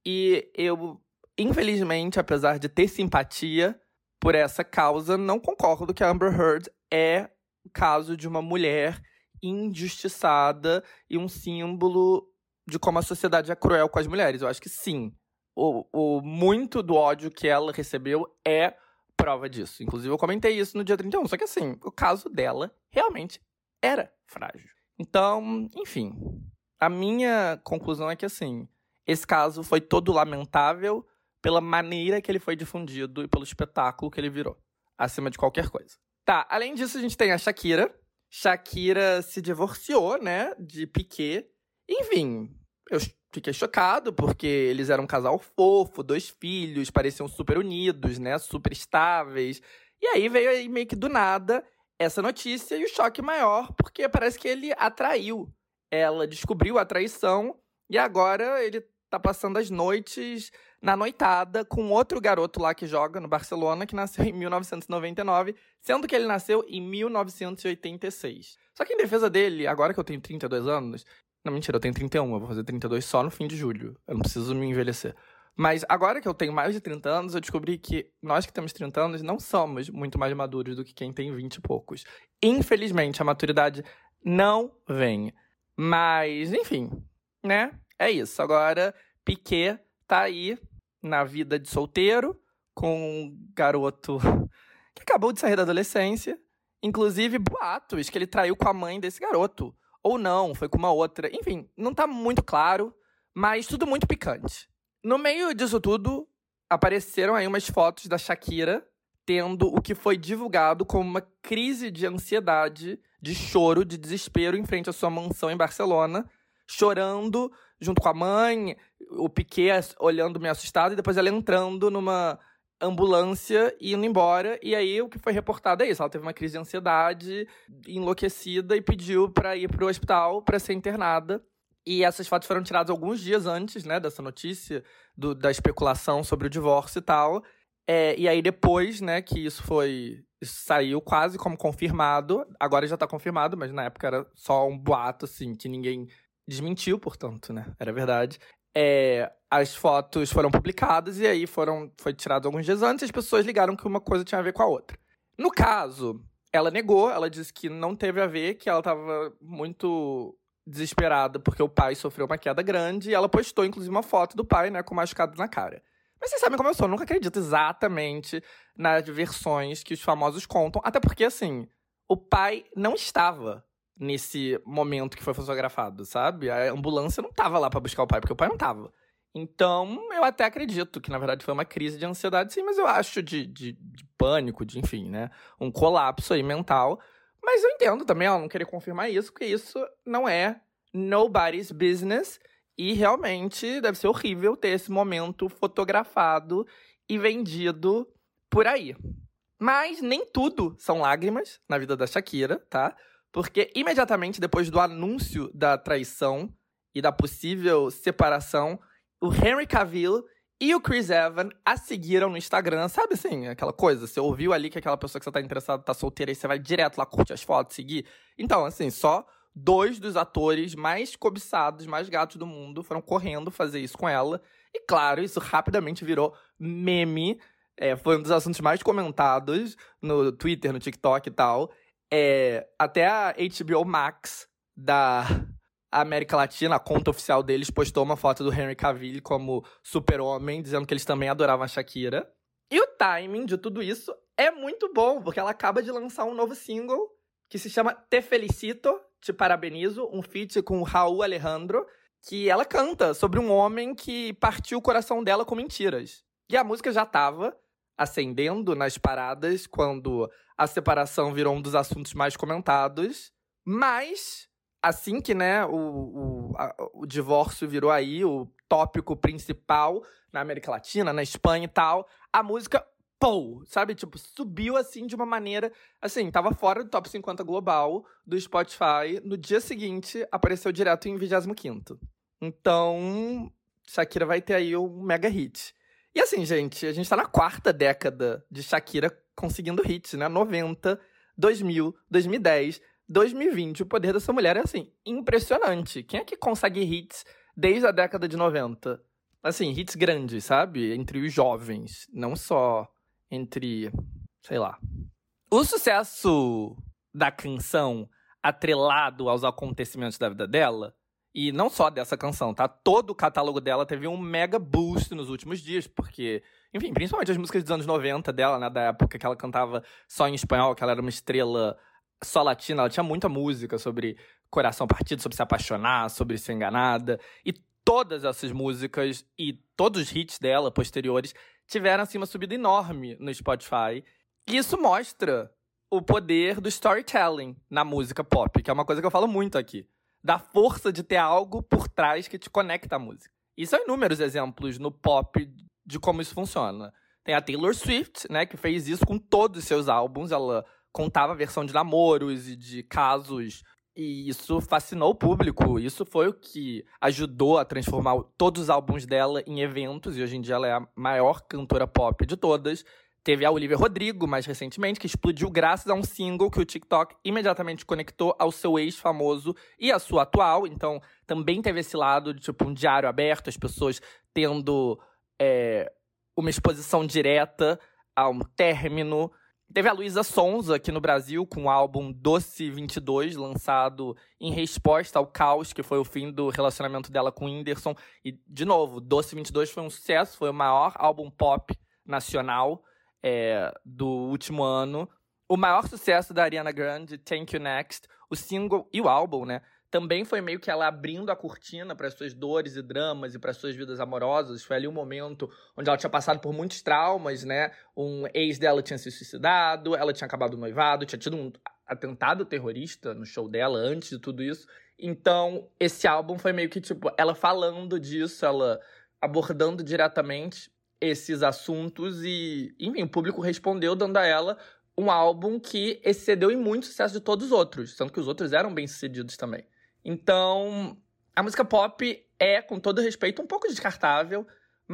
E eu, infelizmente, apesar de ter simpatia por essa causa, não concordo que a Amber Heard é o caso de uma mulher injustiçada e um símbolo de como a sociedade é cruel com as mulheres. Eu acho que sim. O, o muito do ódio que ela recebeu é prova disso. Inclusive, eu comentei isso no dia trinta e um. Só que, assim, o caso dela realmente era frágil. Então, enfim. A minha conclusão é que, assim, esse caso foi todo lamentável pela maneira que ele foi difundido e pelo espetáculo que ele virou, acima de qualquer coisa. Tá, além disso, a gente tem a Shakira. Shakira se divorciou, né, de Piqué. Enfim, eu fiquei chocado, porque eles eram um casal fofo, dois filhos, pareciam super unidos, né? Super estáveis. E aí veio aí meio que do nada essa notícia e o choque maior, porque parece que ele atraiu. Ela descobriu a traição e agora ele tá passando as noites na noitada com outro garoto lá que joga no Barcelona, que nasceu em mil novecentos e noventa e nove, sendo que ele nasceu em mil novecentos e oitenta e seis. Só que em defesa dele, agora que eu tenho trinta e dois anos... Não, mentira, eu tenho trinta e um, eu vou fazer trinta e dois só no fim de julho. Eu não preciso me envelhecer. Mas agora que eu tenho mais de trinta anos, eu descobri que nós que temos trinta anos não somos muito mais maduros do que quem tem vinte e poucos. Infelizmente, a maturidade não vem. Mas, enfim, né? É isso. Agora, Piquet tá aí na vida de solteiro, com um garoto que acabou de sair da adolescência. Inclusive, boatos que ele traiu com a mãe desse garoto. Ou não, foi com uma outra. Enfim, não tá muito claro, mas tudo muito picante. No meio disso tudo, apareceram aí umas fotos da Shakira tendo o que foi divulgado como uma crise de ansiedade, de choro, de desespero em frente à sua mansão em Barcelona, chorando junto com a mãe, o Piquet olhando meio assustado, e depois ela entrando numa ambulância e indo embora. E aí o que foi reportado é isso: ela teve uma crise de ansiedade, enlouquecida, e pediu pra ir pro hospital pra ser internada. E essas fotos foram tiradas alguns dias antes, né, dessa notícia, do, da especulação sobre o divórcio e tal. É, e aí depois, né, que isso foi... Isso saiu quase como confirmado. Agora já tá confirmado, mas na época era só um boato, assim, que ninguém desmentiu, portanto, né, era verdade. É, as fotos foram publicadas e aí foram, foi tirado alguns dias antes, e as pessoas ligaram que uma coisa tinha a ver com a outra. No caso, ela negou, ela disse que não teve a ver, que ela tava muito desesperada porque o pai sofreu uma queda grande, e ela postou, inclusive, uma foto do pai, né, com machucado na cara. Mas vocês sabem como eu sou, eu nunca acredito exatamente nas versões que os famosos contam, até porque, assim, o pai não estava nesse momento que foi fotografado, sabe? A ambulância não tava lá pra buscar o pai, porque o pai não tava. Então, eu até acredito que, na verdade, foi uma crise de ansiedade, sim, mas eu acho de, de, de pânico, de, enfim, né? Um colapso aí mental. Mas eu entendo também ela não querer confirmar isso, porque isso não é nobody's business. E realmente deve ser horrível ter esse momento fotografado e vendido por aí. Mas nem tudo são lágrimas na vida da Shakira, tá? Porque imediatamente depois do anúncio da traição e da possível separação, o Henry Cavill e o Chris Evans a seguiram no Instagram. Sabe assim, aquela coisa? Você ouviu ali que aquela pessoa que você tá interessado tá solteira e você vai direto lá curtir as fotos, seguir? Então, assim, só dois dos atores mais cobiçados, mais gatos do mundo foram correndo fazer isso com ela. E claro, isso rapidamente virou meme. É, foi um dos assuntos mais comentados no Twitter, no TikTok e tal. É, até a H B O Max da América Latina, a conta oficial deles, postou uma foto do Henry Cavill como super-homem, dizendo que eles também adoravam a Shakira. E o timing de tudo isso é muito bom, porque ela acaba de lançar um novo single que se chama Te Felicito, Te Parabenizo, um feat com o Raul Alejandro, que ela canta sobre um homem que partiu o coração dela com mentiras. E a música já estava ascendendo nas paradas quando a separação virou um dos assuntos mais comentados, mas assim que, né, o, o, a, o divórcio virou aí o tópico principal na América Latina, na Espanha e tal, a música, pô, sabe, tipo, subiu assim de uma maneira, assim, tava fora do top cinquenta global do Spotify, no dia seguinte apareceu direto em vigésimo quinto. Então, Shakira vai ter aí um mega hit. E assim, gente, a gente tá na quarta década de Shakira conseguindo hits, né? noventa, dois mil, dois mil e dez, dois mil e vinte. O poder dessa mulher é, assim, impressionante. Quem é que consegue hits desde a década de noventa? Assim, hits grandes, sabe? Entre os jovens, não só entre, sei lá. O sucesso da canção atrelado aos acontecimentos da vida dela, e não só dessa canção, tá? Todo o catálogo dela teve um mega boost nos últimos dias, porque, enfim, principalmente as músicas dos anos noventa dela, né? Da época que ela cantava só em espanhol, que ela era uma estrela só latina, ela tinha muita música sobre coração partido, sobre se apaixonar, sobre ser enganada. E todas essas músicas e todos os hits dela posteriores tiveram, assim, uma subida enorme no Spotify. E isso mostra o poder do storytelling na música pop, que é uma coisa que eu falo muito aqui. da força de ter algo por trás que te conecta à música. E são inúmeros exemplos no pop de como isso funciona. Tem a Taylor Swift, né, que fez isso com todos os seus álbuns. Ela contava a versão de namoros e de casos, e isso fascinou o público. Isso foi o que ajudou a transformar todos os álbuns dela em eventos, e hoje em dia ela é a maior cantora pop de todas. Teve a Olivia Rodrigo, mais recentemente, que explodiu graças a um single que o TikTok imediatamente conectou ao seu ex-famoso e à sua atual. Então, também teve esse lado de, tipo, um diário aberto, as pessoas tendo é, uma exposição direta a um término. Teve a Luísa Sonza aqui no Brasil, com o álbum Doce vinte e dois, lançado em resposta ao caos, que foi o fim do relacionamento dela com o Whindersson. E, de novo, Doce vinte e dois foi um sucesso, foi o maior álbum pop nacional É, do último ano. O maior sucesso da Ariana Grande, Thank You Next, o single e o álbum, né? Também foi meio que ela abrindo a cortina para as suas dores e dramas e para as suas vidas amorosas. Foi ali um momento onde ela tinha passado por muitos traumas, né? Um ex dela tinha se suicidado, ela tinha acabado o noivado, tinha tido um atentado terrorista no show dela antes de tudo isso. Então, esse álbum foi meio que, tipo, ela falando disso, ela abordando diretamente esses assuntos e, enfim, o público respondeu dando a ela um álbum que excedeu em muito sucesso de todos os outros, sendo que os outros eram bem-sucedidos também. Então, a música pop é, com todo respeito, um pouco descartável,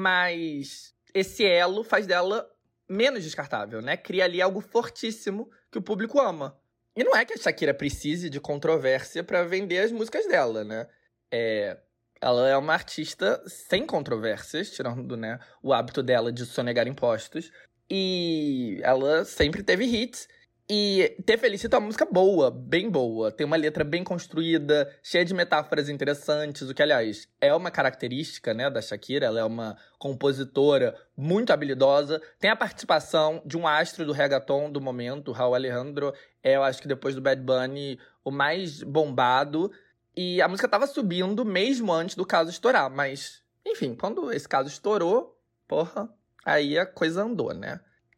mas esse elo faz dela menos descartável, né? Cria ali algo fortíssimo que o público ama. E não é que a Shakira precise de controvérsia para vender as músicas dela, né? É... Ela é uma artista sem controvérsias, tirando, né, o hábito dela de sonegar impostos. E ela sempre teve hits. E Te Felicito é uma música boa, bem boa. Tem uma letra bem construída, cheia de metáforas interessantes, o que, aliás, é uma característica, né, da Shakira. Ela é uma compositora muito habilidosa. Tem a participação de um astro do reggaeton do momento, Rauw Alejandro. É, eu acho que depois do Bad Bunny, o mais bombado. E a música tava subindo mesmo antes do caso estourar. Mas, enfim, quando esse caso estourou, porra, aí a coisa andou, né?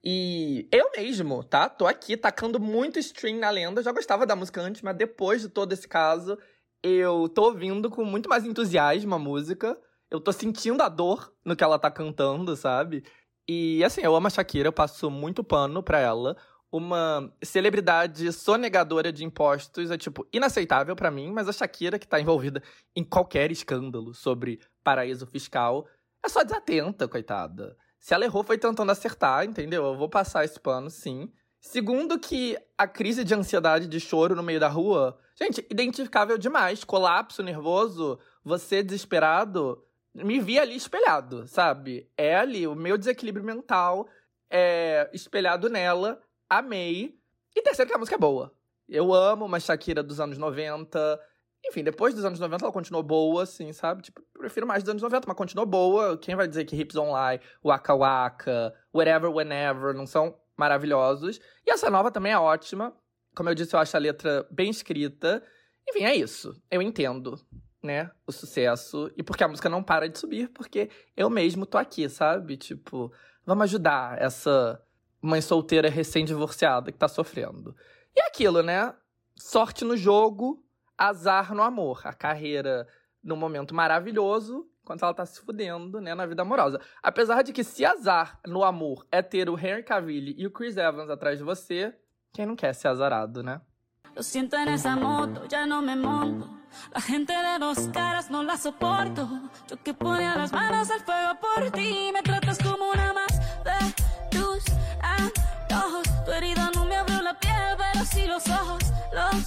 E eu mesmo, tá? Tô aqui tacando muito stream na Lenda. Eu já gostava da música antes, mas depois de todo esse caso, eu tô ouvindo com muito mais entusiasmo a música. Eu tô sentindo a dor no que ela tá cantando, sabe? E, assim, eu amo a Shakira, eu passo muito pano pra ela. Uma celebridade sonegadora de impostos é, tipo, inaceitável pra mim, mas a Shakira, que tá envolvida em qualquer escândalo sobre paraíso fiscal, é só desatenta, coitada. Se ela errou, foi tentando acertar, entendeu? Eu vou passar esse pano, sim. Segundo, que a crise de ansiedade de choro no meio da rua, gente, identificável demais. Colapso nervoso, você desesperado, me vi ali espelhado, sabe? É ali, o meu desequilíbrio mental é espelhado nela. Amei. E terceiro, que a música é boa. Eu amo uma Shakira dos anos noventa. Enfim, depois dos anos noventa ela continuou boa, assim, sabe? Tipo, prefiro mais dos anos noventa, mas continuou boa. Quem vai dizer que Hips Don't Lie, Waka Waka, Whatever, Whenever não são maravilhosos? E essa nova também é ótima. Como eu disse, eu acho a letra bem escrita. Enfim, é isso. Eu entendo, né, o sucesso. E porque a música não para de subir, porque eu mesmo tô aqui, sabe? Tipo, vamos ajudar essa mãe solteira recém-divorciada que tá sofrendo. E aquilo, né? Sorte no jogo, azar no amor. A carreira num momento maravilhoso, enquanto ela tá se fudendo, né, na vida amorosa. Apesar de que se azar no amor é ter o Henry Cavill e o Chris Evans atrás de você, quem não quer ser azarado, né? Lo siento en esa moto, ya no me monto. La gente de dos caras no la soporto. Yo que ponía las manos al fuego por ti. Me tratas como una más de tus antojos. Tu herida no me abrió la piel, pero sí los ojos. Los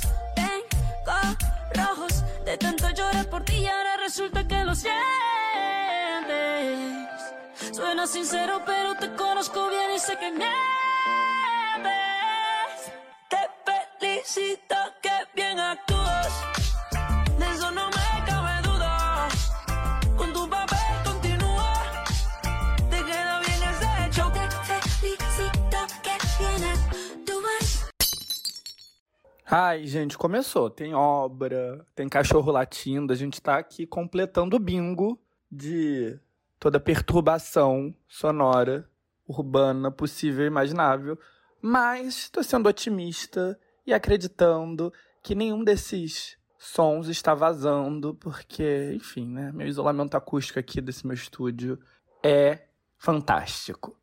tengo rojos. De tanto lloré por ti y ahora resulta que lo sientes. Suena sincero, pero te conozco bien y sé que mientes. Te felicito, que bien actúas. De eso no me cabe duda. Con tu papel continúa. Te queda bien ese show. Te felicito, que bien actúas. Ai, gente, começou. Tem obra, tem cachorro latindo. A gente tá aqui completando o bingo de toda perturbação sonora, urbana, possível e imaginável. Mas tô sendo otimista e acreditando que nenhum desses sons está vazando, porque, enfim, né? Meu isolamento acústico aqui desse meu estúdio é fantástico.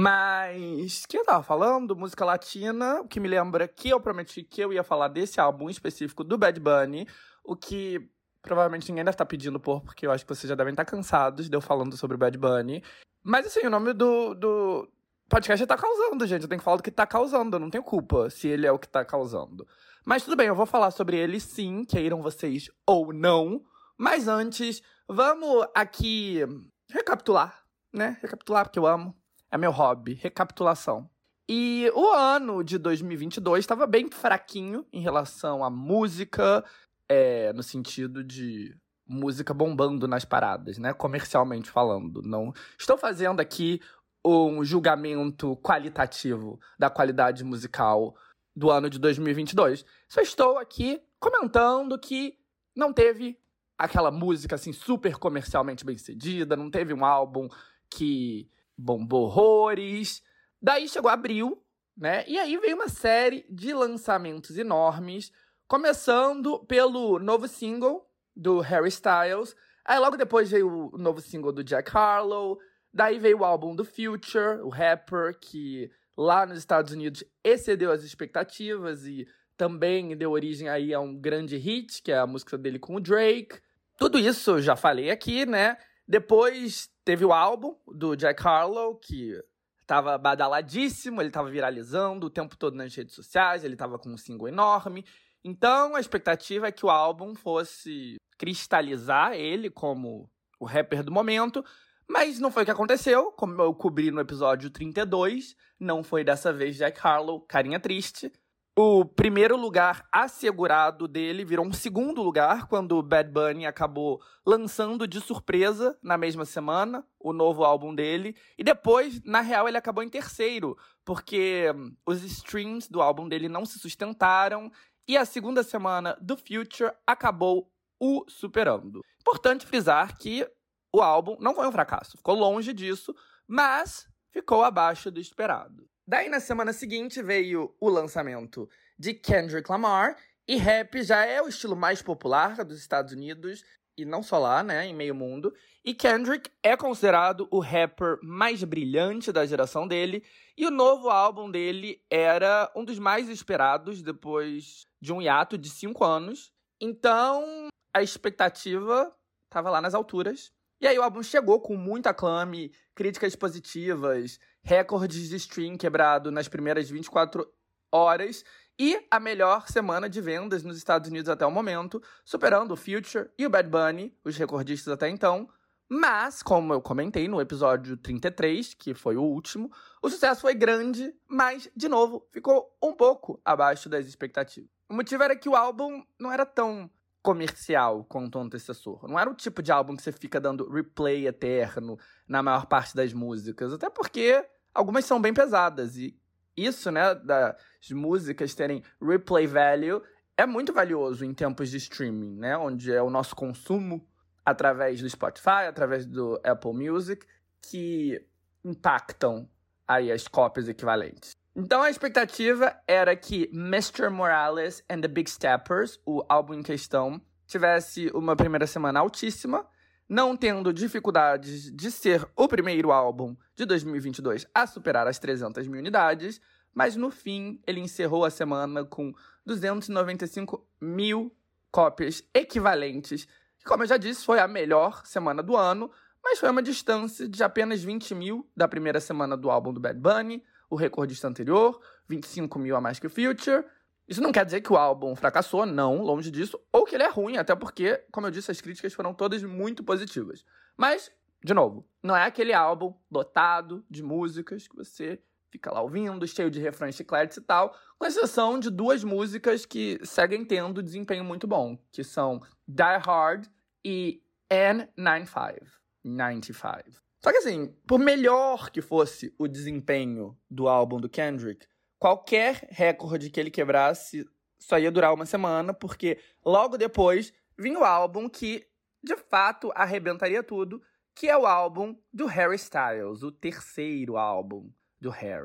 Mas, o que eu tava falando? Música latina, o que me lembra que eu prometi que eu ia falar desse álbum específico do Bad Bunny, o que provavelmente ninguém deve estar pedindo por, porque eu acho que vocês já devem estar cansados de eu falando sobre o Bad Bunny. Mas, assim, o nome do, do podcast tá causando, gente. Eu tenho que falar do que tá causando, eu não tenho culpa se ele é o que tá causando. Mas tudo bem, eu vou falar sobre ele sim, queiram vocês ou não. Mas antes, vamos aqui recapitular, né? Recapitular, porque eu amo. É meu hobby, recapitulação. E o ano de dois mil e vinte e dois estava bem fraquinho em relação à música, é, no sentido de música bombando nas paradas, né? Comercialmente falando. Não estou fazendo aqui um julgamento qualitativo da qualidade musical do ano de dois mil e vinte e dois. Só estou aqui comentando que não teve aquela música assim super comercialmente bem-sucedida, não teve um álbum que bombou horrores. Daí chegou abril, né? E aí veio uma série de lançamentos enormes, começando pelo novo single do Harry Styles. Aí logo depois veio o novo single do Jack Harlow. Daí veio o álbum do Future, o rapper, que lá nos Estados Unidos excedeu as expectativas e também deu origem aí a um grande hit, que é a música dele com o Drake. Tudo isso eu já falei aqui, né? Depois teve o álbum do Jack Harlow, que tava badaladíssimo, ele tava viralizando o tempo todo nas redes sociais, ele tava com um single enorme. Então a expectativa é que o álbum fosse cristalizar ele como o rapper do momento, mas não foi o que aconteceu, como eu cobri no episódio trinta e dois, não foi dessa vez Jack Harlow, carinha triste. O primeiro lugar assegurado dele virou um segundo lugar quando o Bad Bunny acabou lançando de surpresa na mesma semana o novo álbum dele. E depois, na real, ele acabou em terceiro, porque os streams do álbum dele não se sustentaram e a segunda semana do Future acabou o superando. Importante frisar que o álbum não foi um fracasso, ficou longe disso, mas ficou abaixo do esperado. Daí, na semana seguinte, veio o lançamento de Kendrick Lamar, e rap já é o estilo mais popular dos Estados Unidos, e não só lá, né, em meio mundo. E Kendrick é considerado o rapper mais brilhante da geração dele, e o novo álbum dele era um dos mais esperados depois de um hiato de cinco anos. Então, a expectativa estava lá nas alturas. E aí o álbum chegou com muito aclame, críticas positivas, recordes de stream quebrado nas primeiras vinte e quatro horas e a melhor semana de vendas nos Estados Unidos até o momento, superando o Future e o Bad Bunny, os recordistas até então. Mas, como eu comentei no episódio trinta e três, que foi o último, o sucesso foi grande, mas, de novo, ficou um pouco abaixo das expectativas. O motivo era que o álbum não era tão comercial quanto o antecessor. Não era o tipo de álbum que você fica dando replay eterno na maior parte das músicas, até porque algumas são bem pesadas, e isso, né, das músicas terem replay value é muito valioso em tempos de streaming, né, onde é o nosso consumo através do Spotify, através do Apple Music, que impactam aí as cópias equivalentes. Então a expectativa era que mister Morales and the Big Steppers, o álbum em questão, tivesse uma primeira semana altíssima, não tendo dificuldades de ser o primeiro álbum de dois mil e vinte e dois a superar as trezentas mil unidades, mas no fim ele encerrou a semana com duzentas e noventa e cinco mil cópias equivalentes, que, como eu já disse, foi a melhor semana do ano, mas foi uma distância de apenas vinte mil da primeira semana do álbum do Bad Bunny, o recordista anterior, vinte e cinco mil a mais que o Future. Isso não quer dizer que o álbum fracassou, não, longe disso, ou que ele é ruim, até porque, como eu disse, as críticas foram todas muito positivas. Mas, de novo, não é aquele álbum lotado de músicas que você fica lá ouvindo, cheio de refrões chicletes e tal, com exceção de duas músicas que seguem tendo desempenho muito bom, que são Die Hard e N noventa e cinco. noventa e cinco. Só que assim, por melhor que fosse o desempenho do álbum do Kendrick, qualquer recorde que ele quebrasse só ia durar uma semana, porque logo depois vinha o álbum que, de fato, arrebentaria tudo, que é o álbum do Harry Styles, o terceiro álbum do Harry.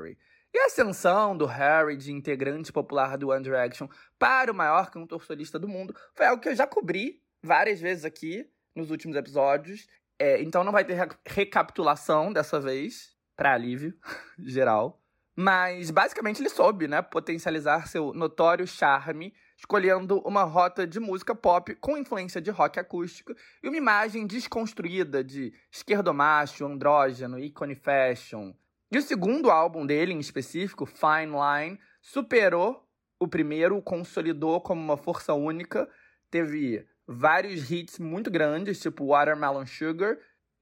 E a ascensão do Harry de integrante popular do One Direction para o maior cantor solista do mundo foi algo que eu já cobri várias vezes aqui nos últimos episódios. É, então não vai ter recapitulação dessa vez, para alívio geral. Mas basicamente ele soube, né, potencializar seu notório charme, escolhendo uma rota de música pop com influência de rock acústico e uma imagem desconstruída de esquerdomacho, andrógeno, ícone fashion. E o segundo álbum dele, em específico, Fine Line, superou o primeiro, o consolidou como uma força única. Teve vários hits muito grandes, tipo Watermelon Sugar.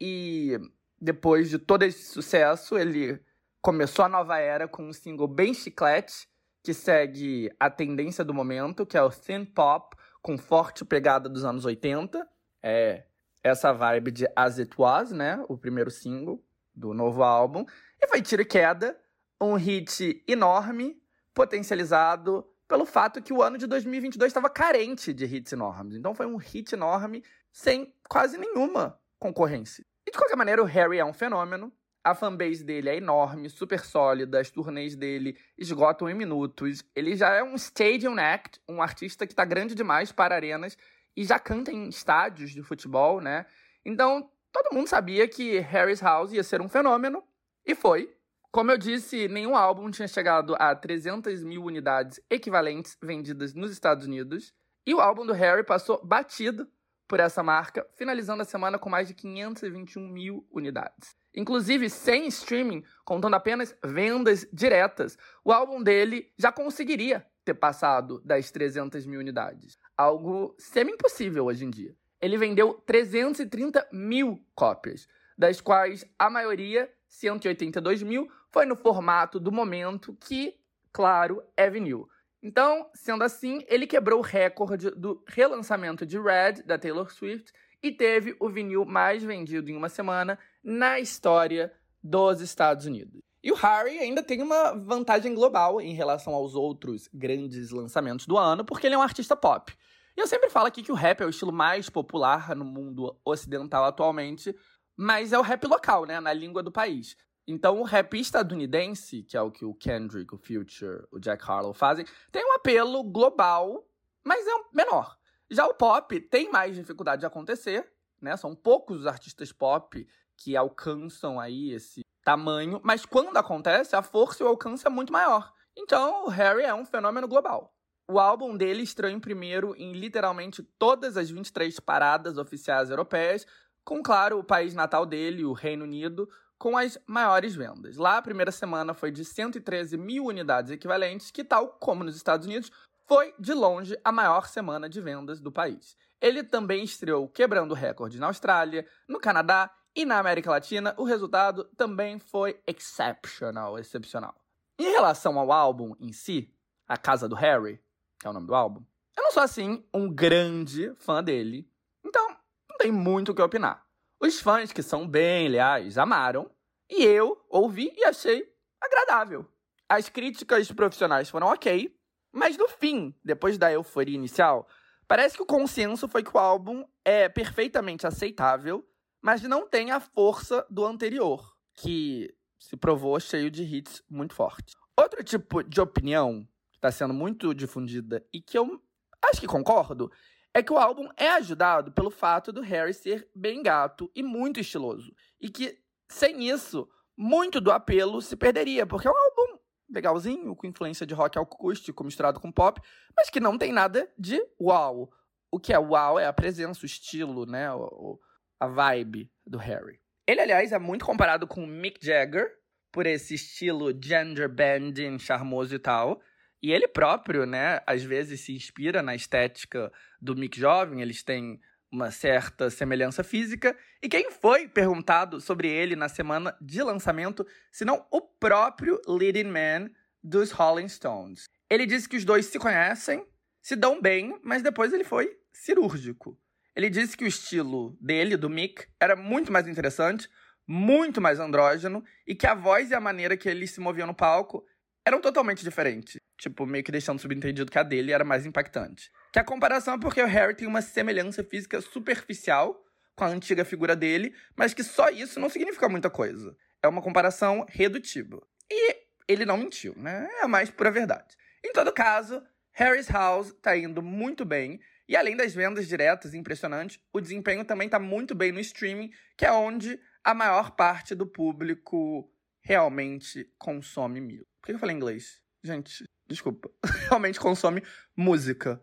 E depois de todo esse sucesso, ele começou a nova era com um single bem chiclete, que segue a tendência do momento, que é o synth pop, com forte pegada dos anos oitenta. É essa vibe de As It Was, né? O primeiro single do novo álbum. E foi tiro e queda, um hit enorme, potencializado pelo fato que o ano de dois mil e vinte e dois estava carente de hits enormes. Então foi um hit enorme sem quase nenhuma concorrência. E de qualquer maneira, o Harry é um fenômeno. A fanbase dele é enorme, super sólida, as turnês dele esgotam em minutos. Ele já é um stadium act, um artista que está grande demais para arenas e já canta em estádios de futebol, né? Então, todo mundo sabia que Harry's House ia ser um fenômeno. E foi. Como eu disse, nenhum álbum tinha chegado a trezentas mil unidades equivalentes vendidas nos Estados Unidos. E o álbum do Harry passou batido por essa marca, finalizando a semana com mais de quinhentas e vinte e um mil unidades. Inclusive, sem streaming, contando apenas vendas diretas, o álbum dele já conseguiria ter passado das trezentas mil unidades. Algo semi-impossível hoje em dia. Ele vendeu trezentas e trinta mil cópias, das quais a maioria, cento e oitenta e dois mil, foi no formato do momento, que, claro, é vinil. Então, sendo assim, ele quebrou o recorde do relançamento de Red, da Taylor Swift, e teve o vinil mais vendido em uma semana na história dos Estados Unidos. E o Harry ainda tem uma vantagem global em relação aos outros grandes lançamentos do ano, porque ele é um artista pop. E eu sempre falo aqui que o rap é o estilo mais popular no mundo ocidental atualmente, mas é o rap local, né, na língua do país. Então, o rap estadunidense, que é o que o Kendrick, o Future, o Jack Harlow fazem, tem um apelo global, mas é menor. Já o pop tem mais dificuldade de acontecer, né? São poucos os artistas pop que alcançam aí esse tamanho, mas quando acontece, a força e o alcance é muito maior. Então, o Harry é um fenômeno global. O álbum dele estreou em primeiro em literalmente todas as vinte e três paradas oficiais europeias, com, claro, o país natal dele, o Reino Unido, com as maiores vendas. Lá, a primeira semana foi de cento e treze mil unidades equivalentes, que, tal como nos Estados Unidos, foi, de longe, a maior semana de vendas do país. Ele também estreou quebrando recorde na Austrália, no Canadá e na América Latina. O resultado também foi exceptional, excepcional. Em relação ao álbum em si, A Casa do Harry, que é o nome do álbum, eu não sou, assim, um grande fã dele, então não tem muito o que opinar. Os fãs, que são bem leais, amaram, e eu ouvi e achei agradável. As críticas profissionais foram ok, mas no fim, depois da euforia inicial, parece que o consenso foi que o álbum é perfeitamente aceitável, mas não tem a força do anterior, que se provou cheio de hits muito fortes. Outro tipo de opinião que está sendo muito difundida e que eu acho que concordo, é que o álbum é ajudado pelo fato do Harry ser bem gato e muito estiloso. E que, sem isso, muito do apelo se perderia, porque é um álbum legalzinho, com influência de rock acústico misturado com pop, mas que não tem nada de uau. O que é uau é a presença, o estilo, né, o, a vibe do Harry. Ele, aliás, é muito comparado com o Mick Jagger, por esse estilo gender bending, charmoso e tal. E ele próprio, né, às vezes se inspira na estética do Mick jovem, eles têm uma certa semelhança física. E quem foi perguntado sobre ele na semana de lançamento, senão o próprio leading man dos Rolling Stones. Ele disse que os dois se conhecem, se dão bem, mas depois ele foi cirúrgico. Ele disse que o estilo dele, do Mick, era muito mais interessante, muito mais andrógeno, e que a voz e a maneira que eles se moviam no palco eram totalmente diferentes. Tipo, meio que deixando subentendido que a dele era mais impactante. Que a comparação é porque o Harry tem uma semelhança física superficial com a antiga figura dele, mas que só isso não significa muita coisa. É uma comparação redutível. E ele não mentiu, né? É a mais pura verdade. Em todo caso, Harry's House tá indo muito bem. E além das vendas diretas impressionantes, o desempenho também tá muito bem no streaming, que é onde a maior parte do público realmente consome música. Por que eu falei inglês? Gente, desculpa. Realmente consome música.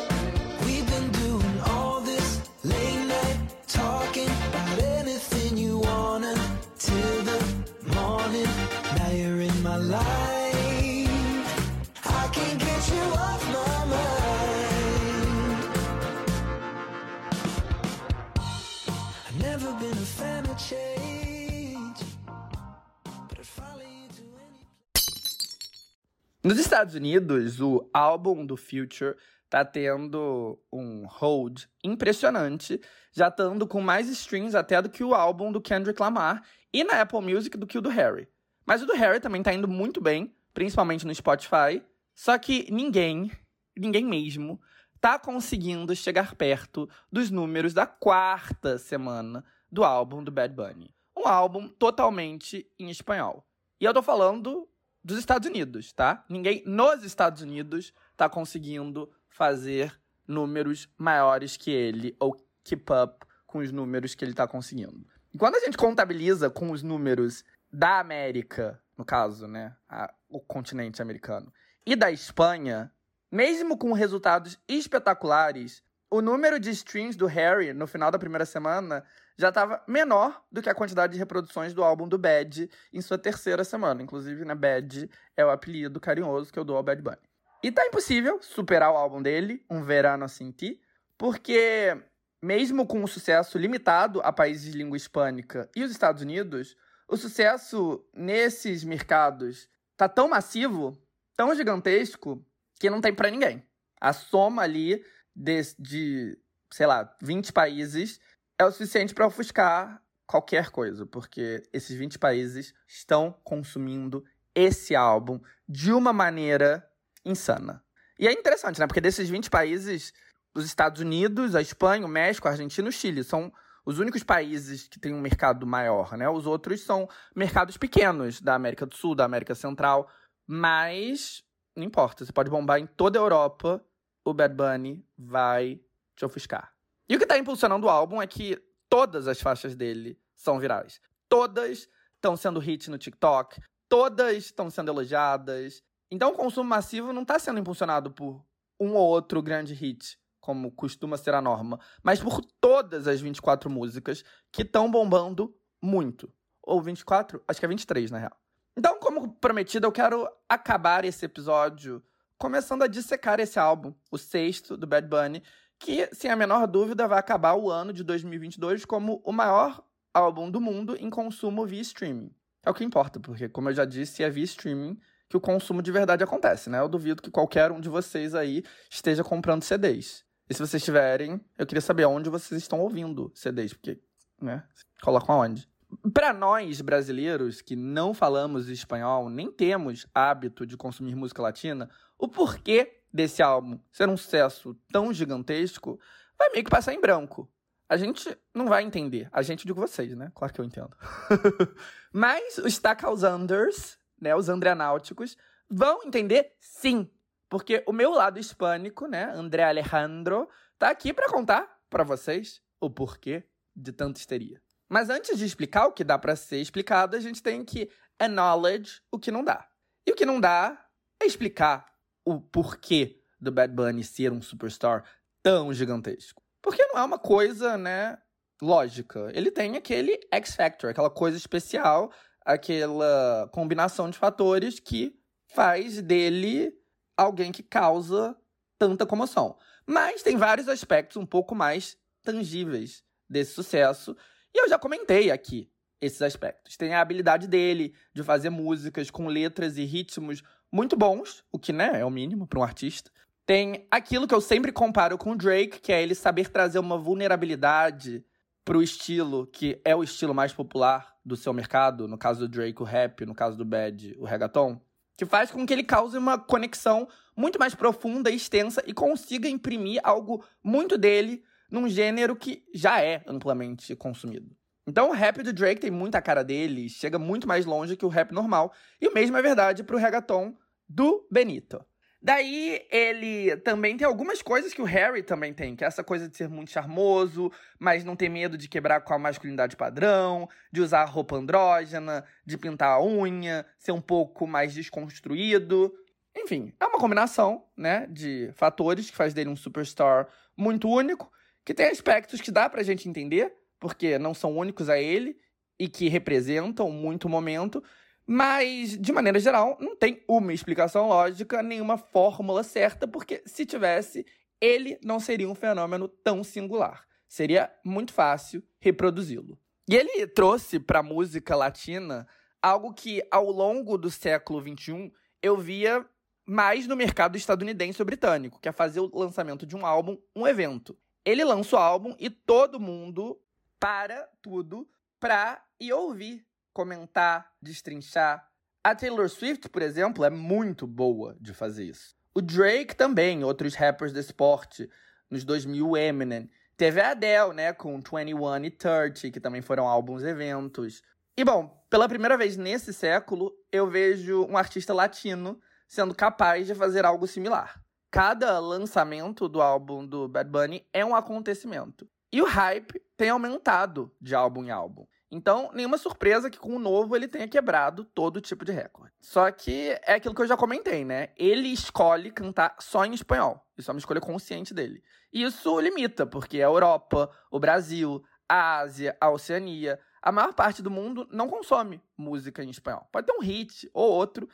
Nos Estados Unidos, o álbum do Future tá tendo um hold impressionante, já estando com mais streams até do que o álbum do Kendrick Lamar e na Apple Music do que o do Harry. Mas o do Harry também tá indo muito bem, principalmente no Spotify, só que ninguém, ninguém mesmo, tá conseguindo chegar perto dos números da quarta semana do álbum do Bad Bunny. Um álbum totalmente em espanhol. E eu tô falando dos Estados Unidos, tá? Ninguém nos Estados Unidos tá conseguindo fazer números maiores que ele ou keep up com os números que ele tá conseguindo. E quando a gente contabiliza com os números da América, no caso, né, a, o continente americano, e da Espanha, mesmo com resultados espetaculares, o número de streams do Harry no final da primeira semana já estava menor do que a quantidade de reproduções do álbum do Bad em sua terceira semana. Inclusive, né, Bad é o apelido carinhoso que eu dou ao Bad Bunny. E tá impossível superar o álbum dele, Um Verano Sin Ti, porque mesmo com um sucesso limitado a países de língua hispânica e os Estados Unidos, o sucesso nesses mercados tá tão massivo, tão gigantesco, que não tem pra ninguém. A soma ali de, de sei lá, vinte países é o suficiente para ofuscar qualquer coisa, porque esses vinte países estão consumindo esse álbum de uma maneira insana. E é interessante, né? Porque desses vinte países, os Estados Unidos, a Espanha, o México, a Argentina e o Chile são os únicos países que têm um mercado maior, né? Os outros são mercados pequenos da América do Sul, da América Central, mas não importa, você pode bombar em toda a Europa, o Bad Bunny vai te ofuscar. E o que tá impulsionando o álbum é que todas as faixas dele são virais. Todas estão sendo hit no TikTok, todas estão sendo elogiadas. Então o consumo massivo não tá sendo impulsionado por um ou outro grande hit, como costuma ser a norma, mas por todas as vinte e quatro músicas que estão bombando muito. Ou vinte e quatro? Acho que é vinte e três, na real. Então, como prometido, eu quero acabar esse episódio começando a dissecar esse álbum, o sexto do Bad Bunny, que, sem a menor dúvida, vai acabar o ano de dois mil e vinte e dois como o maior álbum do mundo em consumo via streaming. É o que importa, porque, como eu já disse, é via streaming que o consumo de verdade acontece, né? Eu duvido que qualquer um de vocês aí esteja comprando C Ds. E se vocês tiverem, eu queria saber onde vocês estão ouvindo C Ds, porque, né? Colocam aonde? Para nós, brasileiros, que não falamos espanhol, nem temos hábito de consumir música latina, o porquê desse álbum ser um sucesso tão gigantesco vai meio que passar em branco. A gente não vai entender. A gente, digo vocês, né? Claro que eu entendo. Mas os Stacausanders, né, os andreanáuticos, vão entender sim. Porque o meu lado hispânico, né, André Alejandro, tá aqui para contar para vocês o porquê de tanta histeria. Mas antes de explicar o que dá para ser explicado, a gente tem que acknowledge o que não dá. E o que não dá é explicar o porquê do Bad Bunny ser um superstar tão gigantesco. Porque não é uma coisa, né, lógica. Ele tem aquele X-Factor, aquela coisa especial, aquela combinação de fatores que faz dele alguém que causa tanta comoção. Mas tem vários aspectos um pouco mais tangíveis desse sucesso, e eu já comentei aqui esses aspectos. Tem a habilidade dele de fazer músicas com letras e ritmos muito bons, o que, né, é o mínimo para um artista. Tem aquilo que eu sempre comparo com o Drake, que é ele saber trazer uma vulnerabilidade pro estilo, que é o estilo mais popular do seu mercado, no caso do Drake, o rap, no caso do Bad, o reggaeton, que faz com que ele cause uma conexão muito mais profunda e extensa e consiga imprimir algo muito dele num gênero que já é amplamente consumido. Então o rap do Drake tem muita cara dele, chega muito mais longe que o rap normal. E o mesmo é verdade pro reggaeton do Benito. Daí, ele também tem algumas coisas que o Harry também tem, que é essa coisa de ser muito charmoso, mas não ter medo de quebrar com a masculinidade padrão, de usar roupa andrógena, de pintar a unha, ser um pouco mais desconstruído. Enfim, é uma combinação, né, de fatores que faz dele um superstar muito único, que tem aspectos que dá pra gente entender, porque não são únicos a ele e que representam muito o momento. Mas, de maneira geral, não tem uma explicação lógica, nenhuma fórmula certa, porque se tivesse, ele não seria um fenômeno tão singular. Seria muito fácil reproduzi-lo. E ele trouxe para a música latina algo que, ao longo do século vinte e um, eu via mais no mercado estadunidense ou britânico, que é fazer o lançamento de um álbum um evento. Ele lança o álbum e todo mundo para tudo para ir ouvir, comentar, destrinchar. A Taylor Swift, por exemplo, é muito boa de fazer isso. O Drake também, outros rappers desse porte. Nos dois mil, o Eminem. Teve a Adele, né, com vinte e um e trinta, que também foram álbuns eventos. E, bom, pela primeira vez nesse século, eu vejo um artista latino sendo capaz de fazer algo similar. Cada lançamento do álbum do Bad Bunny é um acontecimento. E o hype tem aumentado de álbum em álbum. Então, nenhuma surpresa que com o novo ele tenha quebrado todo tipo de recorde. Só que é aquilo que eu já comentei, né? Ele escolhe cantar só em espanhol. Isso é uma escolha consciente dele. E isso limita, porque a Europa, o Brasil, a Ásia, a Oceania, a maior parte do mundo não consome música em espanhol. Pode ter um hit ou outro,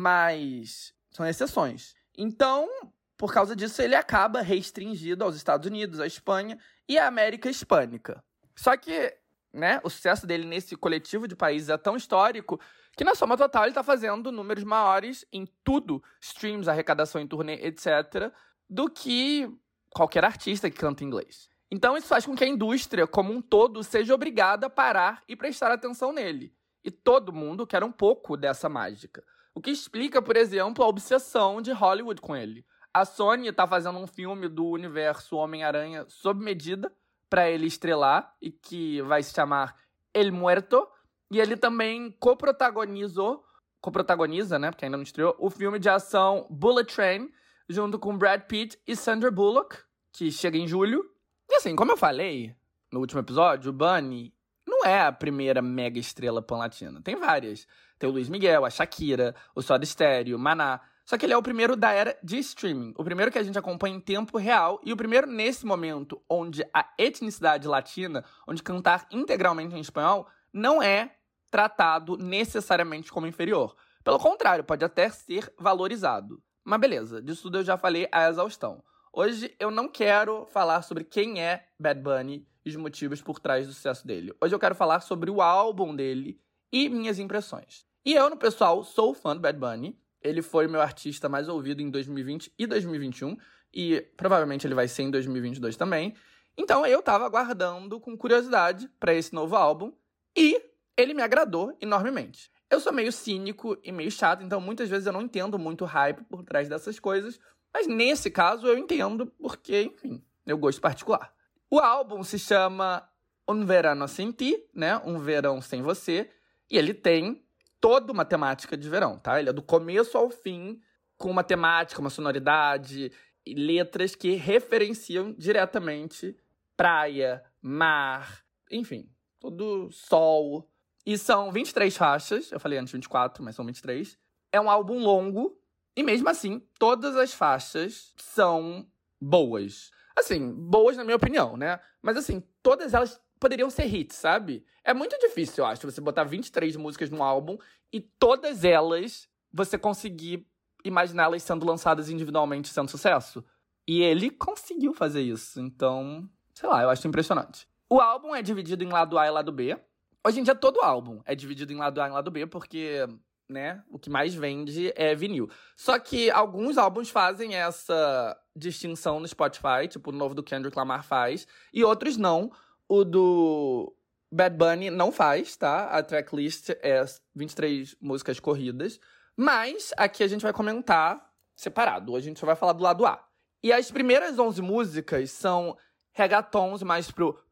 mas são exceções. Então, por causa disso, ele acaba restringido aos Estados Unidos, à Espanha e à América Hispânica. Só que, né, o sucesso dele nesse coletivo de países é tão histórico que, na soma total, ele tá fazendo números maiores em tudo, streams, arrecadação em turnê, etcétera, do que qualquer artista que canta em inglês. Então, isso faz com que a indústria, como um todo, seja obrigada a parar e prestar atenção nele. E todo mundo quer um pouco dessa mágica. O que explica, por exemplo, a obsessão de Hollywood com ele. A Sony tá fazendo um filme do universo Homem-Aranha sob medida para ele estrelar, e que vai se chamar El Muerto. E ele também coprotagonizou, coprotagoniza, né, porque ainda não estreou, o filme de ação Bullet Train, junto com Brad Pitt e Sandra Bullock, que chega em julho. E assim, como eu falei no último episódio, o Bunny não é a primeira mega estrela pan-latina. Tem várias. Tem o Luiz Miguel, a Shakira, o Soda Stereo, Maná. Só que ele é o primeiro da era de streaming. O primeiro que a gente acompanha em tempo real. E o primeiro nesse momento onde a etnicidade latina, onde cantar integralmente em espanhol, não é tratado necessariamente como inferior. Pelo contrário, pode até ser valorizado. Mas beleza, disso tudo eu já falei a exaustão. Hoje eu não quero falar sobre quem é Bad Bunny e os motivos por trás do sucesso dele. Hoje eu quero falar sobre o álbum dele e minhas impressões. E eu, no pessoal, sou fã do Bad Bunny. Ele foi meu artista mais ouvido em dois mil e vinte e dois mil e vinte e um. E provavelmente ele vai ser em dois mil e vinte e dois também. Então eu tava aguardando com curiosidade pra esse novo álbum. E ele me agradou enormemente. Eu sou meio cínico e meio chato, então muitas vezes eu não entendo muito o hype por trás dessas coisas. Mas nesse caso eu entendo porque, enfim, meu gosto particular. O álbum se chama Un Verano Sin Ti, né? Um Verão Sem Você. E ele tem toda uma temática de verão, tá? Ele é do começo ao fim, com uma temática, uma sonoridade e letras que referenciam diretamente praia, mar, enfim, todo sol. E são vinte e três faixas, eu falei antes vinte e quatro, mas são vinte e três. É um álbum longo e mesmo assim, todas as faixas são boas. Assim, boas na minha opinião, né? Mas assim, todas elas poderiam ser hits, sabe? É muito difícil, eu acho, você botar vinte e três músicas num álbum e todas elas você conseguir imaginá-las sendo lançadas individualmente sendo sucesso. E ele conseguiu fazer isso, então, sei lá, eu acho impressionante. O álbum é dividido em lado A e lado B. Hoje em dia todo álbum é dividido em lado A e lado B porque, né, o que mais vende é vinil. Só que alguns álbuns fazem essa distinção no Spotify, tipo o novo do Kendrick Lamar faz, e outros não. O do Bad Bunny não faz, tá? A tracklist é vinte e três músicas corridas. Mas aqui a gente vai comentar separado. Hoje a gente só vai falar do lado A. E as primeiras onze músicas são reggaetons mais pro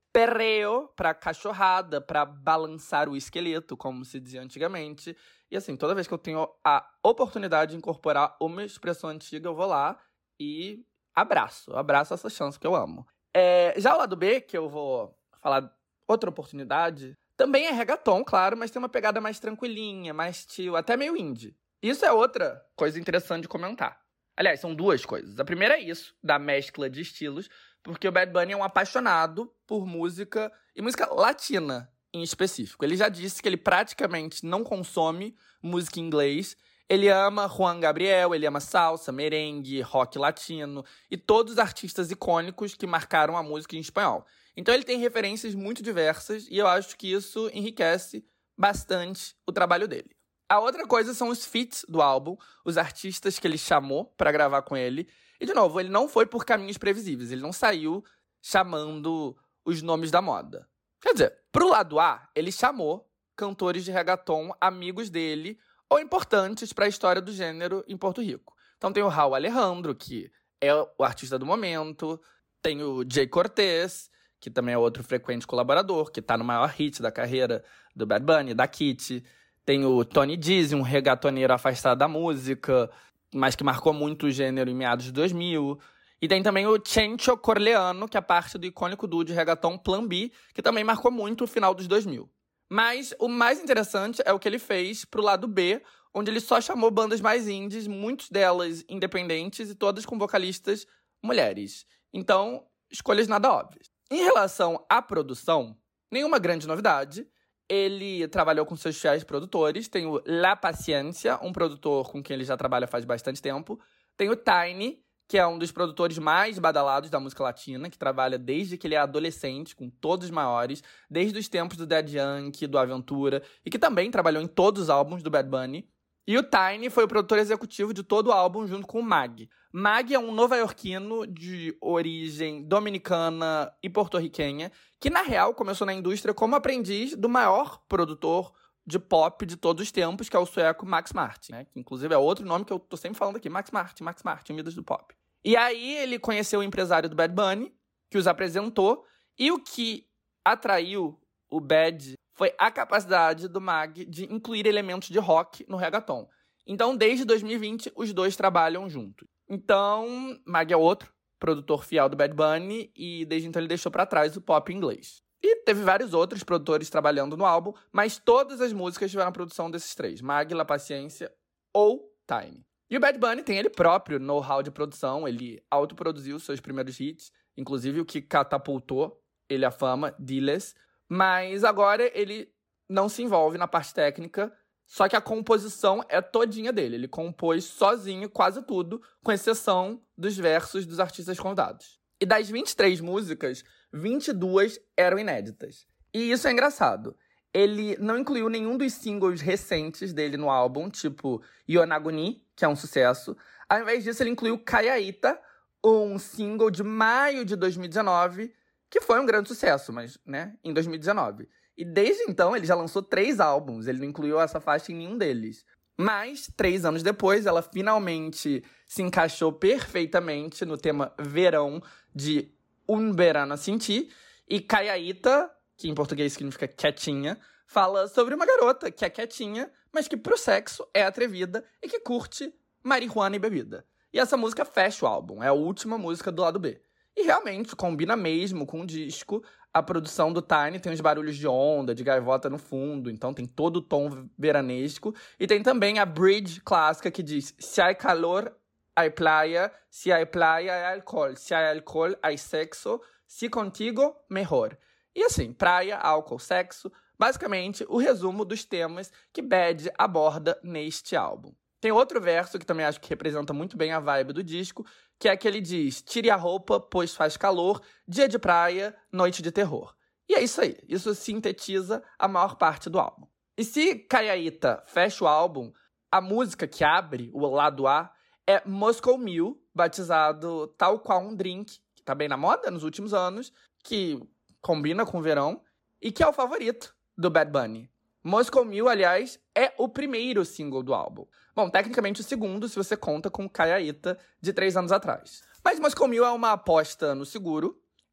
perreo, pra cachorrada, pra balançar o esqueleto, como se dizia antigamente. E assim, toda vez que eu tenho a oportunidade de incorporar uma expressão antiga, eu vou lá e abraço. Abraço essa chance que eu amo. É, já o lado B, que eu vou falar outra oportunidade, também é reggaeton, claro, mas tem uma pegada mais tranquilinha, mais chill, até meio indie. Isso é outra coisa interessante de comentar. Aliás, são duas coisas. A primeira é isso, da mescla de estilos, porque o Bad Bunny é um apaixonado por música, e música latina em específico. Ele já disse que ele praticamente não consome música em inglês. Ele ama Juan Gabriel, ele ama salsa, merengue, rock latino e todos os artistas icônicos que marcaram a música em espanhol. Então ele tem referências muito diversas e eu acho que isso enriquece bastante o trabalho dele. A outra coisa são os feats do álbum, os artistas que ele chamou pra gravar com ele. E, de novo, ele não foi por caminhos previsíveis. Ele não saiu chamando os nomes da moda. Quer dizer, pro lado A, ele chamou cantores de reggaeton amigos dele ou importantes para a história do gênero em Porto Rico. Então tem o Rauw Alejandro, que é o artista do momento. Tem o Jay Cortez, que também é outro frequente colaborador, que tá no maior hit da carreira do Bad Bunny, da Kitty. Tem o Tony Dizzy, um reggaetoneiro afastado da música, mas que marcou muito o gênero em meados de dois mil. E tem também o Chencho Corleano, que é parte do icônico duo de reggaeton Plan B, que também marcou muito o final dos dois mil. Mas o mais interessante é o que ele fez pro lado B, onde ele só chamou bandas mais indies, muitas delas independentes e todas com vocalistas mulheres. Então, escolhas nada óbvias. Em relação à produção, nenhuma grande novidade. Ele trabalhou com seus fiéis produtores. Tem o La Paciencia, um produtor com quem ele já trabalha faz bastante tempo. Tem o Tiny, que é um dos produtores mais badalados da música latina, que trabalha desde que ele é adolescente, com todos os maiores, desde os tempos do Daddy Yankee, do Aventura, e que também trabalhou em todos os álbuns do Bad Bunny. E o Tiny foi o produtor executivo de todo o álbum, junto com o Mag. Mag é um nova-iorquino de origem dominicana e porto-riquenha, que, na real, começou na indústria como aprendiz do maior produtor de pop de todos os tempos, que é o sueco Max Martin, né? Que, inclusive, é outro nome que eu tô sempre falando aqui, Max Martin, Max Martin, Midas do Pop. E aí, ele conheceu o empresário do Bad Bunny, que os apresentou, e o que atraiu o Bad foi a capacidade do Mag de incluir elementos de rock no reggaeton. Então, desde dois mil e vinte, os dois trabalham juntos. Então, Mag é outro produtor fiel do Bad Bunny e desde então ele deixou pra trás o pop inglês. E teve vários outros produtores trabalhando no álbum, mas todas as músicas tiveram a produção desses três, Mag, La Paciencia ou Tiny. E o Bad Bunny tem ele próprio know-how de produção, ele autoproduziu seus primeiros hits, inclusive o que catapultou ele à fama, Diles. Mas agora ele não se envolve na parte técnica, só que a composição é todinha dele. Ele compôs sozinho quase tudo, com exceção dos versos dos artistas convidados. E das vinte e três músicas, vinte e duas eram inéditas. E isso é engraçado. Ele não incluiu nenhum dos singles recentes dele no álbum, tipo Yonaguni, que é um sucesso. Ao invés disso, ele incluiu Kayaita, um single de maio de dois mil e dezenove, que foi um grande sucesso, mas, né, em dois mil e dezenove. E desde então, ele já lançou três álbuns, ele não incluiu essa faixa em nenhum deles. Mas, três anos depois, ela finalmente se encaixou perfeitamente no tema verão de Un Verano Sin Ti. E Kayaita, que em português significa quietinha, fala sobre uma garota que é quietinha, mas que pro sexo é atrevida e que curte marihuana e bebida. E essa música fecha o álbum, é a última música do lado B. E realmente combina mesmo com o disco. A produção do Tiny tem uns barulhos de onda, de gaivota no fundo, então tem todo o tom veranesco. E tem também a bridge clássica que diz: se há calor, há playa, se há playa, há álcool, se há álcool, há sexo, se contigo, melhor. E assim, praia, álcool, sexo, basicamente o resumo dos temas que Bad aborda neste álbum. Tem outro verso que também acho que representa muito bem a vibe do disco, que é que ele diz: tire a roupa, pois faz calor, dia de praia, noite de terror. E é isso aí, isso sintetiza a maior parte do álbum. E se Kayaita fecha o álbum, a música que abre o lado A é Moscow Mule, batizado tal qual um drink, que tá bem na moda nos últimos anos, que combina com o verão, e que é o favorito do Bad Bunny. Moscow Mule, aliás, é o primeiro single do álbum. Bom, tecnicamente o segundo, se você conta com Kayaita, de três anos atrás. Mas Moscow Mule é uma aposta no seguro.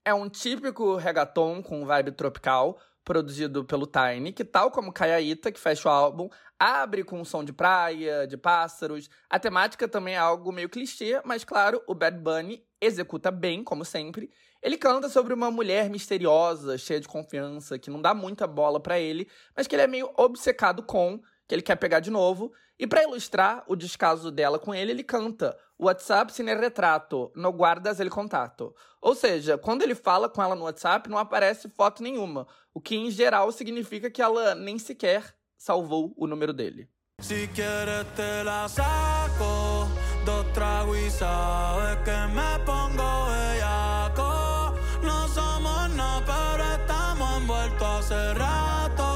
É um típico reggaeton com vibe tropical, produzido pelo Tiny, que, tal como Cayaíta, que fecha o álbum, abre com um som de praia, de pássaros. A temática também é algo meio clichê, mas, claro, o Bad Bunny executa bem, como sempre. Ele canta sobre uma mulher misteriosa, cheia de confiança, que não dá muita bola pra ele, mas que ele é meio obcecado com, que ele quer pegar de novo. E pra ilustrar o descaso dela com ele, ele canta WhatsApp sin el retrato, no guardas el contato. Ou seja, quando ele fala com ela no WhatsApp, não aparece foto nenhuma, o que em geral significa que ela nem sequer salvou o número dele. Si quieres te la saco, dos tragos y sabes que me pongo bellaco. No somos nada, pero estamos envueltos hace rato.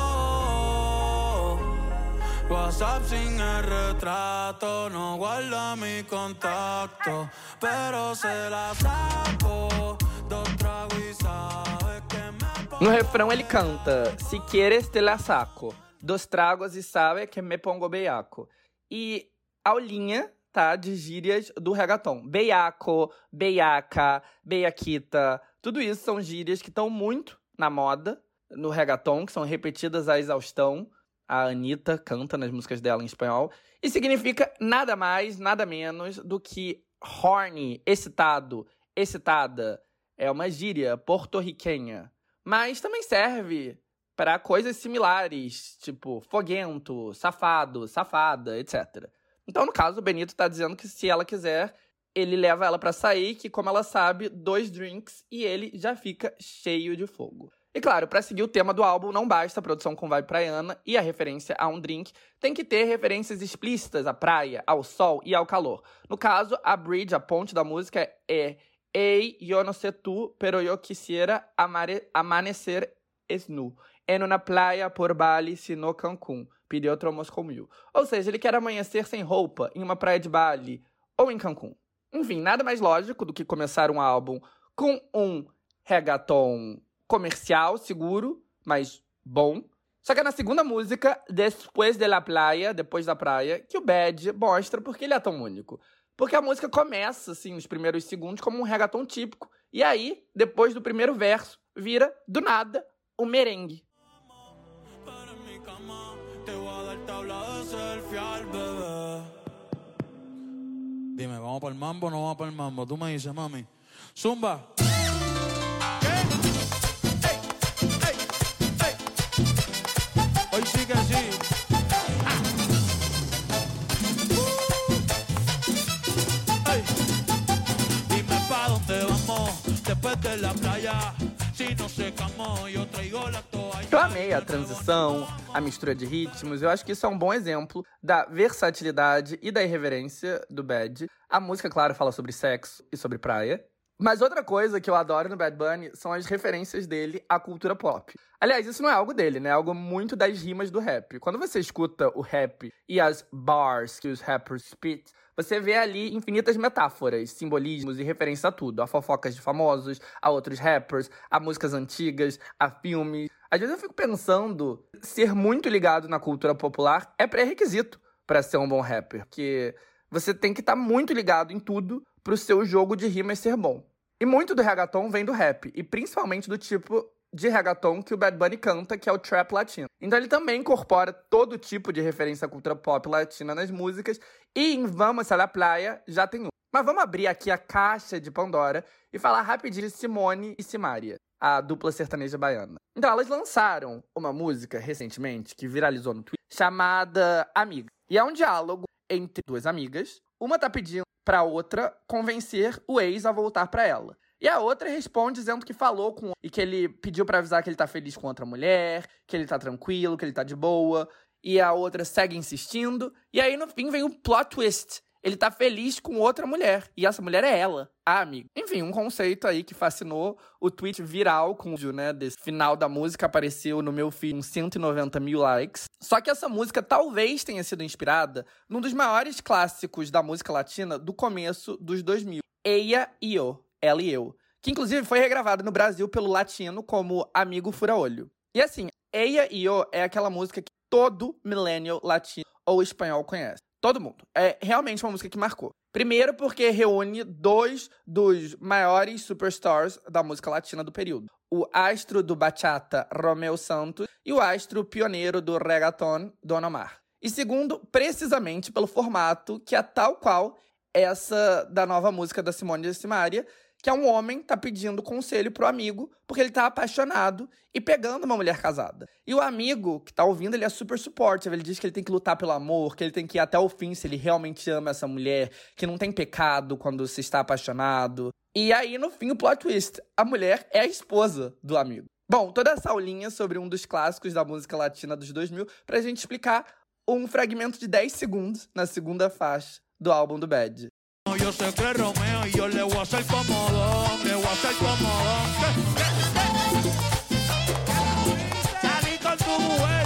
WhatsApp sin el retrato, no guarda mi contacto, pero se la saco, dos tragos y sabes que me pongo... No refrão ele canta, si quieres te la saco, dos tragos e sabe que me pongo bellaco. E aulinha, tá, de gírias do reggaeton. Bellaco, beiaca, beiaquita, tudo isso são gírias que estão muito na moda no reggaeton, que são repetidas à exaustão. A Anitta canta nas músicas dela em espanhol. E significa nada mais, nada menos do que horny, excitado, excitada. É uma gíria porto-riquenha. Mas também serve para coisas similares, tipo foguento, safado, safada, etcétera. Então, no caso, o Benito tá dizendo que se ela quiser, ele leva ela pra sair, que, como ela sabe, dois drinks e ele já fica cheio de fogo. E claro, pra seguir o tema do álbum, não basta a produção com vibe praiana e a referência a um drink, tem que ter referências explícitas à praia, ao sol e ao calor. No caso, a bridge, a ponte da música é Ei, yo no sé tú, pero yo quisiera amare, amanecer nu. En una playa por Bali, sino Cancún. Pediu outro Moscou Mil. Ou seja, ele quer amanhecer sem roupa, em uma praia de Bali ou em Cancún. Enfim, nada mais lógico do que começar um álbum com um reggaeton comercial, seguro, mas bom. Só que é na segunda música, Después de la Playa, Depois da Praia, que o Bad mostra porque ele é tão único. Porque a música começa, assim, nos primeiros segundos, como um reggaeton típico. E aí, depois do primeiro verso, vira, do nada, um merengue. Dime, ¿vamos para el mambo o no vamos para el mambo? Tú me dices, mami. Zumba. Hoy sí que sí. Ay. Dime pa' dónde vamos después de la playa. Se não secamos, eu traigo la toalla. Eu amei a transição, a mistura de ritmos. Eu acho que isso é um bom exemplo da versatilidade e da irreverência do Bad. A música, claro, fala sobre sexo e sobre praia. Mas outra coisa que eu adoro no Bad Bunny são as referências dele à cultura pop. Aliás, isso não é algo dele, né? É algo muito das rimas do rap. Quando você escuta o rap e as bars que os rappers spit, você vê ali infinitas metáforas, simbolismos e referências a tudo. A fofocas de famosos, a outros rappers, a músicas antigas, a filmes. Às vezes eu fico pensando, ser muito ligado na cultura popular é pré-requisito para ser um bom rapper. Porque você tem que estar tá muito ligado em tudo pro seu jogo de rimas ser bom. E muito do reggaeton vem do rap, e principalmente do tipo de reggaeton que o Bad Bunny canta, que é o trap latino. Então ele também incorpora todo tipo de referência à cultura pop latina nas músicas, e em Vamos a la Playa já tem um. Mas vamos abrir aqui a caixa de Pandora e falar rapidinho de Simone e Simaria, a dupla sertaneja baiana. Então elas lançaram uma música recentemente, que viralizou no Twitter, chamada Amiga. E é um diálogo entre duas amigas. Uma tá pedindo pra outra convencer o ex a voltar pra ela. E a outra responde dizendo que falou com... E que ele pediu pra avisar que ele tá feliz com outra mulher, que ele tá tranquilo, que ele tá de boa. E a outra segue insistindo. E aí, no fim, vem o plot twist. Ele tá feliz com outra mulher. E essa mulher é ela, a amiga. Enfim, um conceito aí que fascinou o tweet viral com o, né, desse final da música. Apareceu no meu feed com cento e noventa mil likes. Só que essa música talvez tenha sido inspirada num dos maiores clássicos da música latina do começo dos dois mil. Ella e Eu, Ela e Eu. Que inclusive foi regravado no Brasil pelo latino como Amigo Fura-Olho. E assim, Ella e Eu é aquela música que todo millennial latino ou espanhol conhece. Todo mundo. É realmente uma música que marcou. Primeiro porque reúne dois dos maiores superstars da música latina do período. O astro do bachata, Romeo Santos, e o astro pioneiro do reggaeton, Don Omar. E segundo, precisamente pelo formato, que é tal qual essa da nova música da Simone de Simaria, que é um homem tá pedindo conselho pro amigo porque ele tá apaixonado e pegando uma mulher casada. E o amigo que tá ouvindo, ele é super supportive, ele diz que ele tem que lutar pelo amor, que ele tem que ir até o fim se ele realmente ama essa mulher, que não tem pecado quando se está apaixonado. E aí, no fim, o plot twist, a mulher é a esposa do amigo. Bom, toda essa aulinha sobre um dos clássicos da música latina dos dois mil pra gente explicar um fragmento de dez segundos na segunda faixa do álbum do Bad. Yo sé que es Romeo y yo le voy a hacer como Don, le voy a hacer como Don. Salí con tu mujer.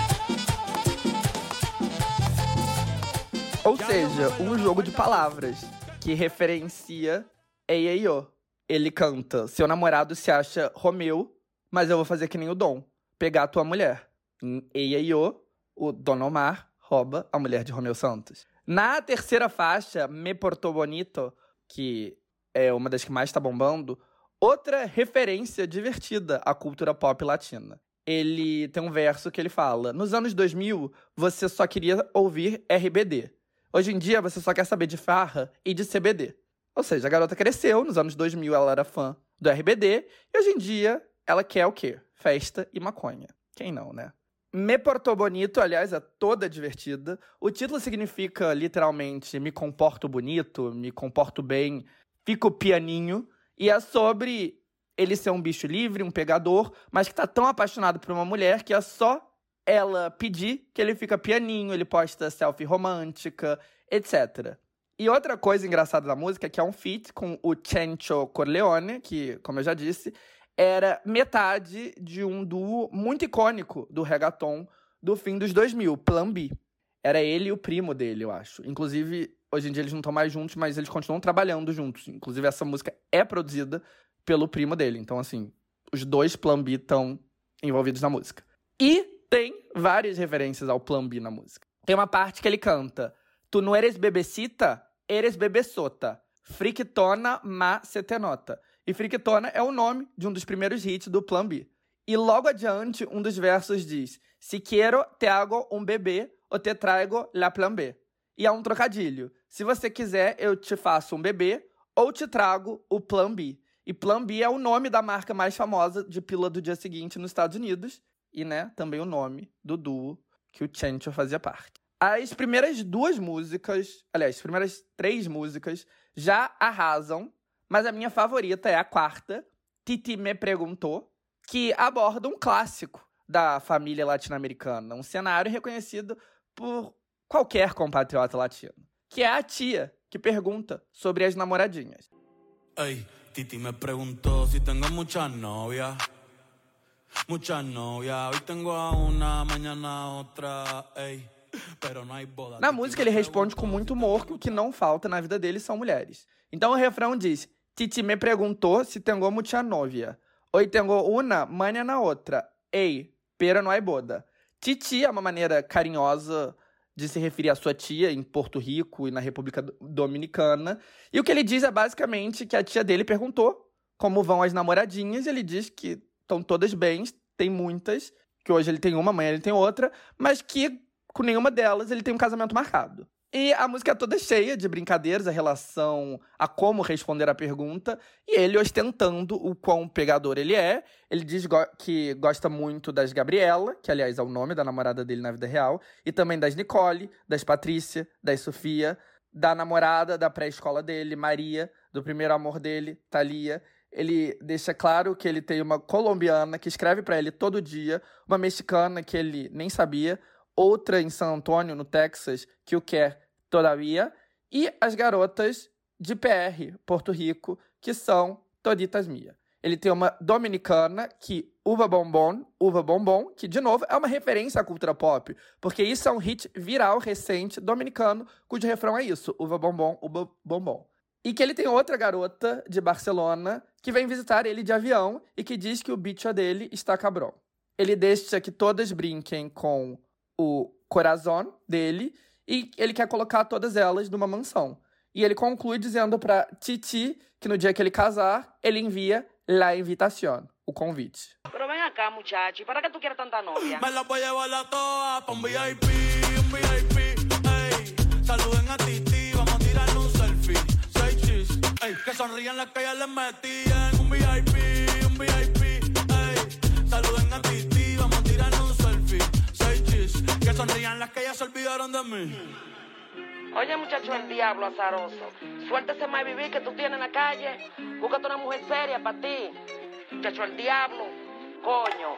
Ou seja, um jogo de palavras que referencia Ei, ei, ô. Ele canta, seu namorado se acha Romeu, mas eu vou fazer que nem o Dom, pegar a tua mulher. Em Ei, ei, ô, o Don Omar rouba a mulher de Romeu Santos. Na terceira faixa, Me Portó Bonito, que é uma das que mais tá bombando, outra referência divertida à cultura pop latina. Ele tem um verso que ele fala: nos anos dois mil, você só queria ouvir R B D. Hoje em dia, você só quer saber de farra e de C B D. Ou seja, a garota cresceu, nos anos dois mil ela era fã do R B D, e hoje em dia ela quer o quê? Festa e maconha. Quem não, né? Me Portó Bonito, aliás, é toda divertida. O título significa, literalmente, me comporto bonito, me comporto bem, fico pianinho. E é sobre ele ser um bicho livre, um pegador, mas que tá tão apaixonado por uma mulher que é só ela pedir que ele fica pianinho, ele posta selfie romântica, etcétera. E outra coisa engraçada da música é que é um feat com o Chencho Corleone, que, como eu já disse, era metade de um duo muito icônico do reggaeton do fim dos dois mil, Plan B. Era ele e o primo dele, eu acho. Inclusive, hoje em dia eles não estão mais juntos, mas eles continuam trabalhando juntos. Inclusive, essa música é produzida pelo primo dele. Então, assim, os dois Plan B estão envolvidos na música. E tem várias referências ao Plan B na música. Tem uma parte que ele canta: tu não eres bebecita, eres bebesota. Frictona ma setenota. E Frictona é o nome de um dos primeiros hits do Plan B. E logo adiante, um dos versos diz: si quiero, te hago um bebê, ou te traigo la Plan B. E é um trocadilho. Se você quiser, eu te faço um bebê, ou te trago o Plan B. E Plan B é o nome da marca mais famosa de pílula do dia seguinte nos Estados Unidos. E, né, também o nome do duo que o Chencho fazia parte. As primeiras duas músicas, aliás, as primeiras três músicas já arrasam, mas a minha favorita é a quarta, Titi Me Preguntou, que aborda um clássico da família latino-americana, um cenário reconhecido por qualquer compatriota latino, que é a tia que pergunta sobre as namoradinhas. Ey, Titi me preguntó si tengo muchas novias. Muchas novias, hoy tengo a una, mañana a otra, ey. Na música, ele responde com muito humor que o que não falta na vida dele são mulheres. Então o refrão diz: Titi me perguntou se tengo mucha novia. Hoy tengo una, mañana outra. Ei, pero no hay boda. Titi é uma maneira carinhosa de se referir à sua tia em Porto Rico e na República Dominicana. E o que ele diz é basicamente que a tia dele perguntou como vão as namoradinhas. E ele diz que estão todas bem, tem muitas, que hoje ele tem uma, amanhã ele tem outra, mas que com nenhuma delas ele tem um casamento marcado. E a música é toda cheia de brincadeiras, a relação a como responder a pergunta, e ele ostentando o quão pegador ele é. Ele diz go- que gosta muito das Gabriela, que aliás é o nome da namorada dele na vida real, e também das Nicole, das Patrícia, das Sofia, da namorada da pré-escola dele, Maria, do primeiro amor dele, Thalia. Ele deixa claro que ele tem uma colombiana que escreve pra ele todo dia, uma mexicana que ele nem sabia, outra em San Antonio, no Texas, que o quer todavia, e as garotas de P R, Porto Rico, que são toditas minhas. Ele tem uma dominicana que, Uva Bombom, Uva Bombom, que, de novo, é uma referência à cultura pop, porque isso é um hit viral recente dominicano, cujo refrão é isso, Uva Bombom, Uva Bombom. E que ele tem outra garota de Barcelona que vem visitar ele de avião e que diz que o bicho dele está cabrão. Ele deixa que todas brinquem com o corazón dele e ele quer colocar todas elas numa mansão. E ele conclui dizendo pra Titi que no dia que ele casar, ele envia la invitación, o convite. Pero ven acá, muchacho, ¿para qué tú quieres tanta novia? Me la voy a llevar a todas pa' un V I P, un V I P, ey. Saluden a Titi, vamos a tirarle un selfie. Seis chis, ey. Que sonrían las que ya les metían. Un V I P, un V I P, ey. Saluden a Titi, vamos a tirarle un selfie. Seis chis, que sonrían las que ya se olvidaron de mí. Oye, muchacho, el diablo azaroso. Suéltese más vivir que tú tienes en la calle. Búscate una mujer seria para ti. Muchacho, el diablo. Coño.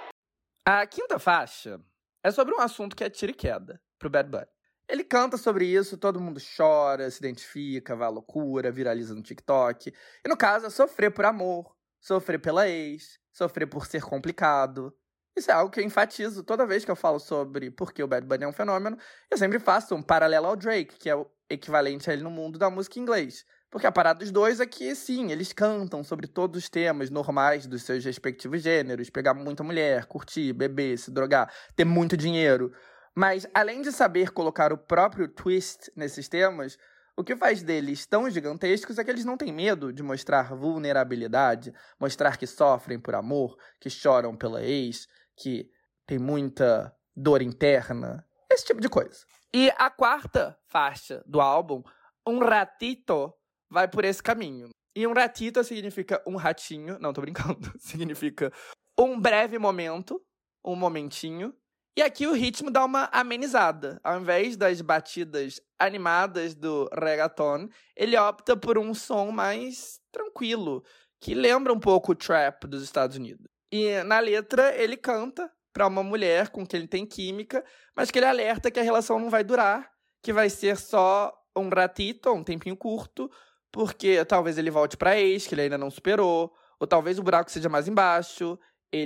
A quinta faixa é sobre um assunto que é tiro e queda pro Bad Bunny. Ele canta sobre isso, todo mundo chora, se identifica, vai à loucura, viraliza no TikTok. E no caso é sofrer por amor, sofrer pela ex, sofrer por ser complicado. Isso é algo que eu enfatizo toda vez que eu falo sobre por que o Bad Bunny é um fenômeno. Eu sempre faço um paralelo ao Drake, que é o equivalente a ele no mundo da música em inglês. Porque a parada dos dois é que, sim, eles cantam sobre todos os temas normais dos seus respectivos gêneros. Pegar muita mulher, curtir, beber, se drogar, ter muito dinheiro. Mas, além de saber colocar o próprio twist nesses temas, o que faz deles tão gigantescos é que eles não têm medo de mostrar vulnerabilidade, mostrar que sofrem por amor, que choram pela ex, que tem muita dor interna, esse tipo de coisa. E a quarta faixa do álbum, Um Ratito, vai por esse caminho. E um ratito significa um ratinho, não, tô brincando, significa um breve momento, um momentinho. E aqui o ritmo dá uma amenizada. Ao invés das batidas animadas do reggaeton, ele opta por um som mais tranquilo, que lembra um pouco o trap dos Estados Unidos. E na letra ele canta pra uma mulher com quem ele tem química, mas que ele alerta que a relação não vai durar, que vai ser só um ratito, um tempinho curto, porque talvez ele volte pra ex, que ele ainda não superou, ou talvez o buraco seja mais embaixo,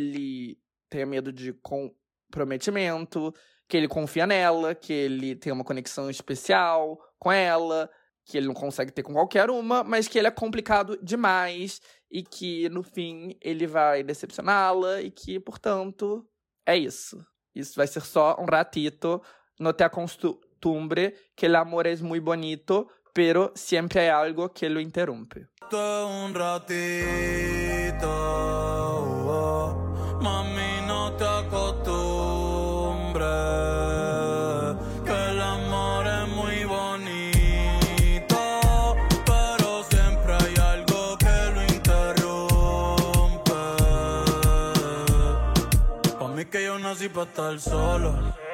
ele tenha medo de comprometimento, que ele confia nela, que ele tem uma conexão especial com ela, que ele não consegue ter com qualquer uma, mas que ele é complicado demais e que, no fim, ele vai decepcioná-la e que, portanto, é isso. Isso vai ser só um ratito. No te acostumbre que el amor es muy bonito, pero siempre hay algo que lo interrumpe. Un ratito, oh, mami, no te acostumbres, que el amor es muy bonito, pero siempre hay algo que lo interrumpe. Pa' mí que yo nací pa' estar solo.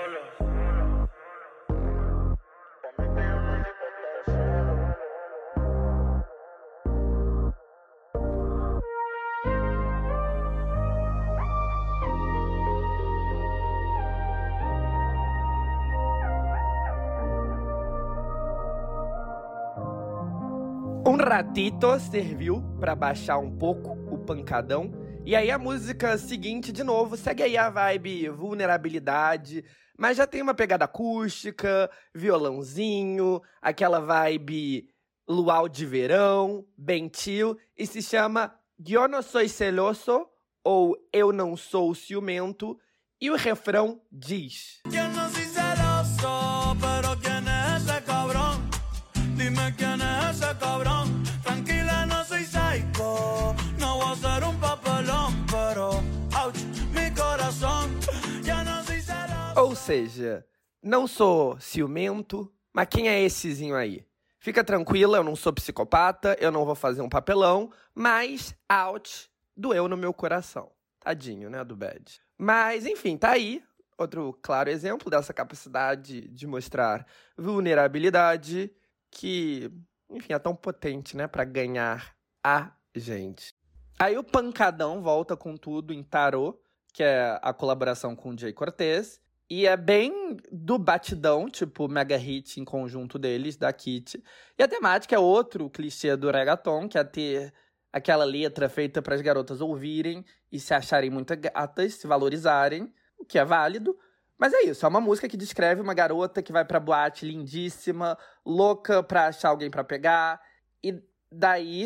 Um ratito serviu para baixar um pouco o pancadão. E aí a música seguinte, de novo, segue aí a vibe vulnerabilidade, mas já tem uma pegada acústica, violãozinho, aquela vibe luau de verão, bem chill, e se chama Yo no soy celoso, ou Eu não sou ciumento, e o refrão diz... Yo no soy celoso, pero ¿quién es ese cabrón? Dime quién es ese cabrón. Tranquila, no soy psycho. No voy a ser un papelón, pero ouch, mi corazón. Yo no soy celoso. Ou seja, não sou ciumento, mas quem é essezinho aí? Fica tranquila, eu não sou psicopata, eu não vou fazer um papelão, mas ouch, doeu no meu coração. Tadinho, né, do Bad. Mas, enfim, tá aí. Outro claro exemplo dessa capacidade de mostrar vulnerabilidade que, enfim, é tão potente, né, pra ganhar a gente. Aí o pancadão volta com tudo em Tarô, que é a colaboração com o Jay Cortez, e é bem do batidão, tipo mega hit em conjunto deles, da Kitty. E a temática é outro clichê do reggaeton, que é ter aquela letra feita para as garotas ouvirem e se acharem muito gatas, se valorizarem, o que é válido. Mas é isso, é uma música que descreve uma garota que vai pra boate lindíssima, louca pra achar alguém pra pegar. E daí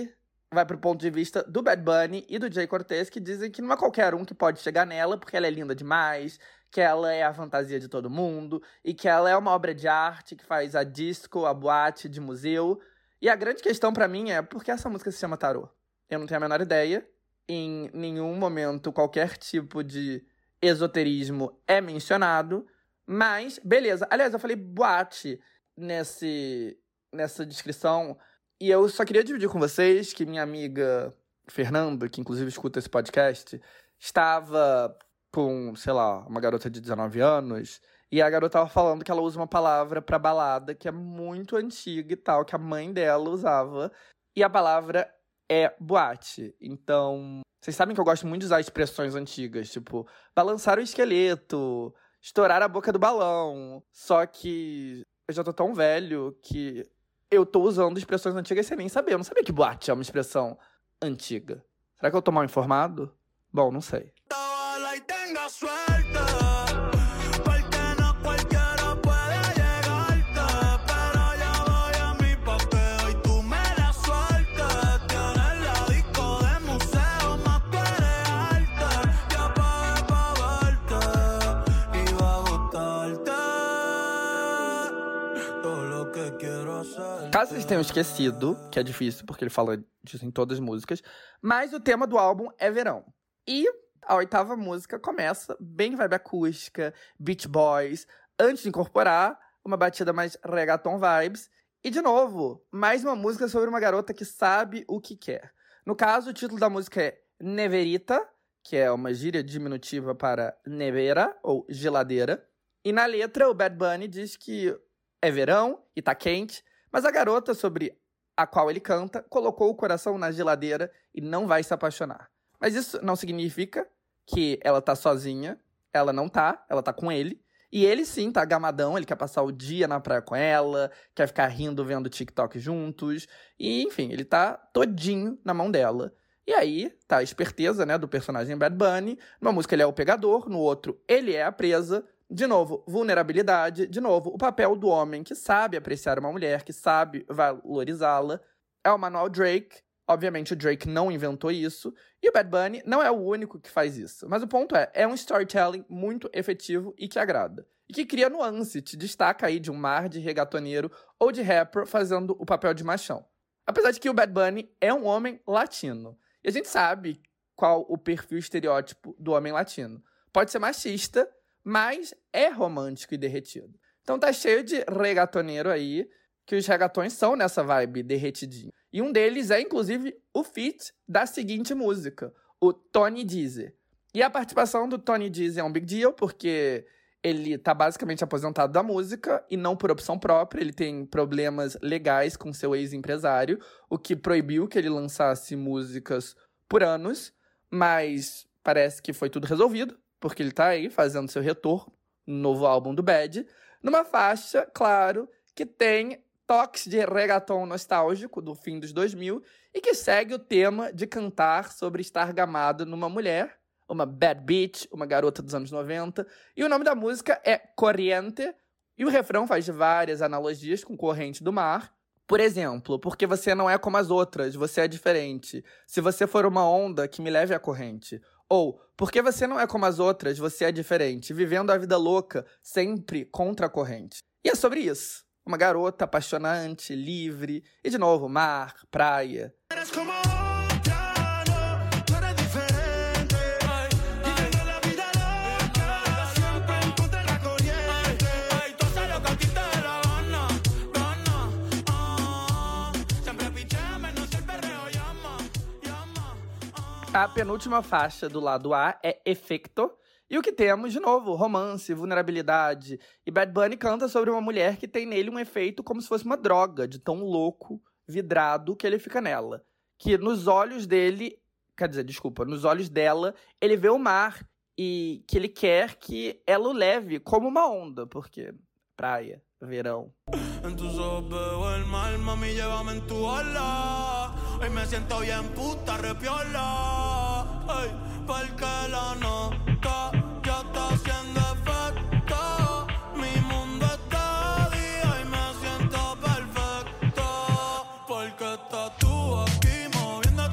vai pro ponto de vista do Bad Bunny e do Jay Cortez, que dizem que não é qualquer um que pode chegar nela, porque ela é linda demais, que ela é a fantasia de todo mundo, e que ela é uma obra de arte que faz a disco, a boate de museu. E a grande questão pra mim é por que essa música se chama Tarô? Eu não tenho a menor ideia. Em nenhum momento qualquer tipo de esoterismo é mencionado. Mas, beleza. Aliás, eu falei boate nesse, nessa descrição. E eu só queria dividir com vocês que minha amiga Fernanda, que inclusive escuta esse podcast, estava com, sei lá, uma garota de dezenove anos. E a garota tava falando que ela usa uma palavra pra balada que é muito antiga e tal, que a mãe dela usava. E a palavra é boate. Então, vocês sabem que eu gosto muito de usar expressões antigas, tipo, balançar o esqueleto, estourar a boca do balão. Só que eu já tô tão velho que eu tô usando expressões antigas sem nem saber. Eu não sabia que boate é uma expressão antiga. Será que eu tô mal informado? Bom, não sei. Caso vocês tenham esquecido, que é difícil porque ele fala disso em todas as músicas, mas o tema do álbum é verão. E a oitava música começa bem vibe acústica, Beach Boys, antes de incorporar uma batida mais reggaeton vibes. E, de novo, mais uma música sobre uma garota que sabe o que quer. No caso, o título da música é Neverita, que é uma gíria diminutiva para nevera, ou geladeira. E na letra, o Bad Bunny diz que é verão e tá quente, mas a garota sobre a qual ele canta colocou o coração na geladeira e não vai se apaixonar. Mas isso não significa que ela tá sozinha. Ela não tá, ela tá com ele. E ele sim tá gamadão, ele quer passar o dia na praia com ela, quer ficar rindo vendo TikTok juntos. E, enfim, ele tá todinho na mão dela. E aí, tá a esperteza, né, do personagem Bad Bunny. Numa música ele é o pegador, no outro ele é a presa. De novo, vulnerabilidade. De novo, o papel do homem que sabe apreciar uma mulher, que sabe valorizá-la. É o manual Drake. Obviamente, o Drake não inventou isso. E o Bad Bunny não é o único que faz isso. Mas o ponto é, é um storytelling muito efetivo e que agrada. E que cria nuance, te destaca aí de um mar de reggaetoneiro ou de rapper fazendo o papel de machão. Apesar de que o Bad Bunny é um homem latino. E a gente sabe qual o perfil estereótipo do homem latino. Pode ser machista, mas é romântico e derretido. Então tá cheio de reggaetoneiro aí, que os reggaetões são nessa vibe derretidinho. E um deles é, inclusive, o feat da seguinte música, o Tony Dizzee. E a participação do Tony Dizzee é um big deal, porque ele tá basicamente aposentado da música, e não por opção própria. Ele tem problemas legais com seu ex-empresário, o que proibiu que ele lançasse músicas por anos, mas parece que foi tudo resolvido, porque ele tá aí fazendo seu retorno no novo álbum do Bad, numa faixa, claro, que tem toques de reggaeton nostálgico do fim dos dois mil e que segue o tema de cantar sobre estar gamado numa mulher, uma bad bitch, uma garota dos anos noventa. E o nome da música é Corriente, e o refrão faz várias analogias com corrente do mar. Por exemplo, porque você não é como as outras, você é diferente. Se você for uma onda, que me leve à corrente. Ou, porque você não é como as outras, você é diferente, vivendo a vida louca, sempre contra a corrente. E é sobre isso. Uma garota apaixonante, livre, e de novo, mar, praia. A penúltima faixa do lado A é Efecto. E o que temos, de novo, romance, vulnerabilidade. E Bad Bunny canta sobre uma mulher que tem nele um efeito como se fosse uma droga, de tão louco, vidrado, que ele fica nela. Que nos olhos dele, quer dizer, desculpa, nos olhos dela, ele vê o mar e que ele quer que ela o leve como uma onda, porque praia, verão. En tus ojos veo el mal, mami, llévame en tu ola. Hoy me siento bien puta, repiola. Ay, porque la nota ya está haciendo efecto. Mi mundo está día y me siento perfecto. Porque estás tú aquí moviendo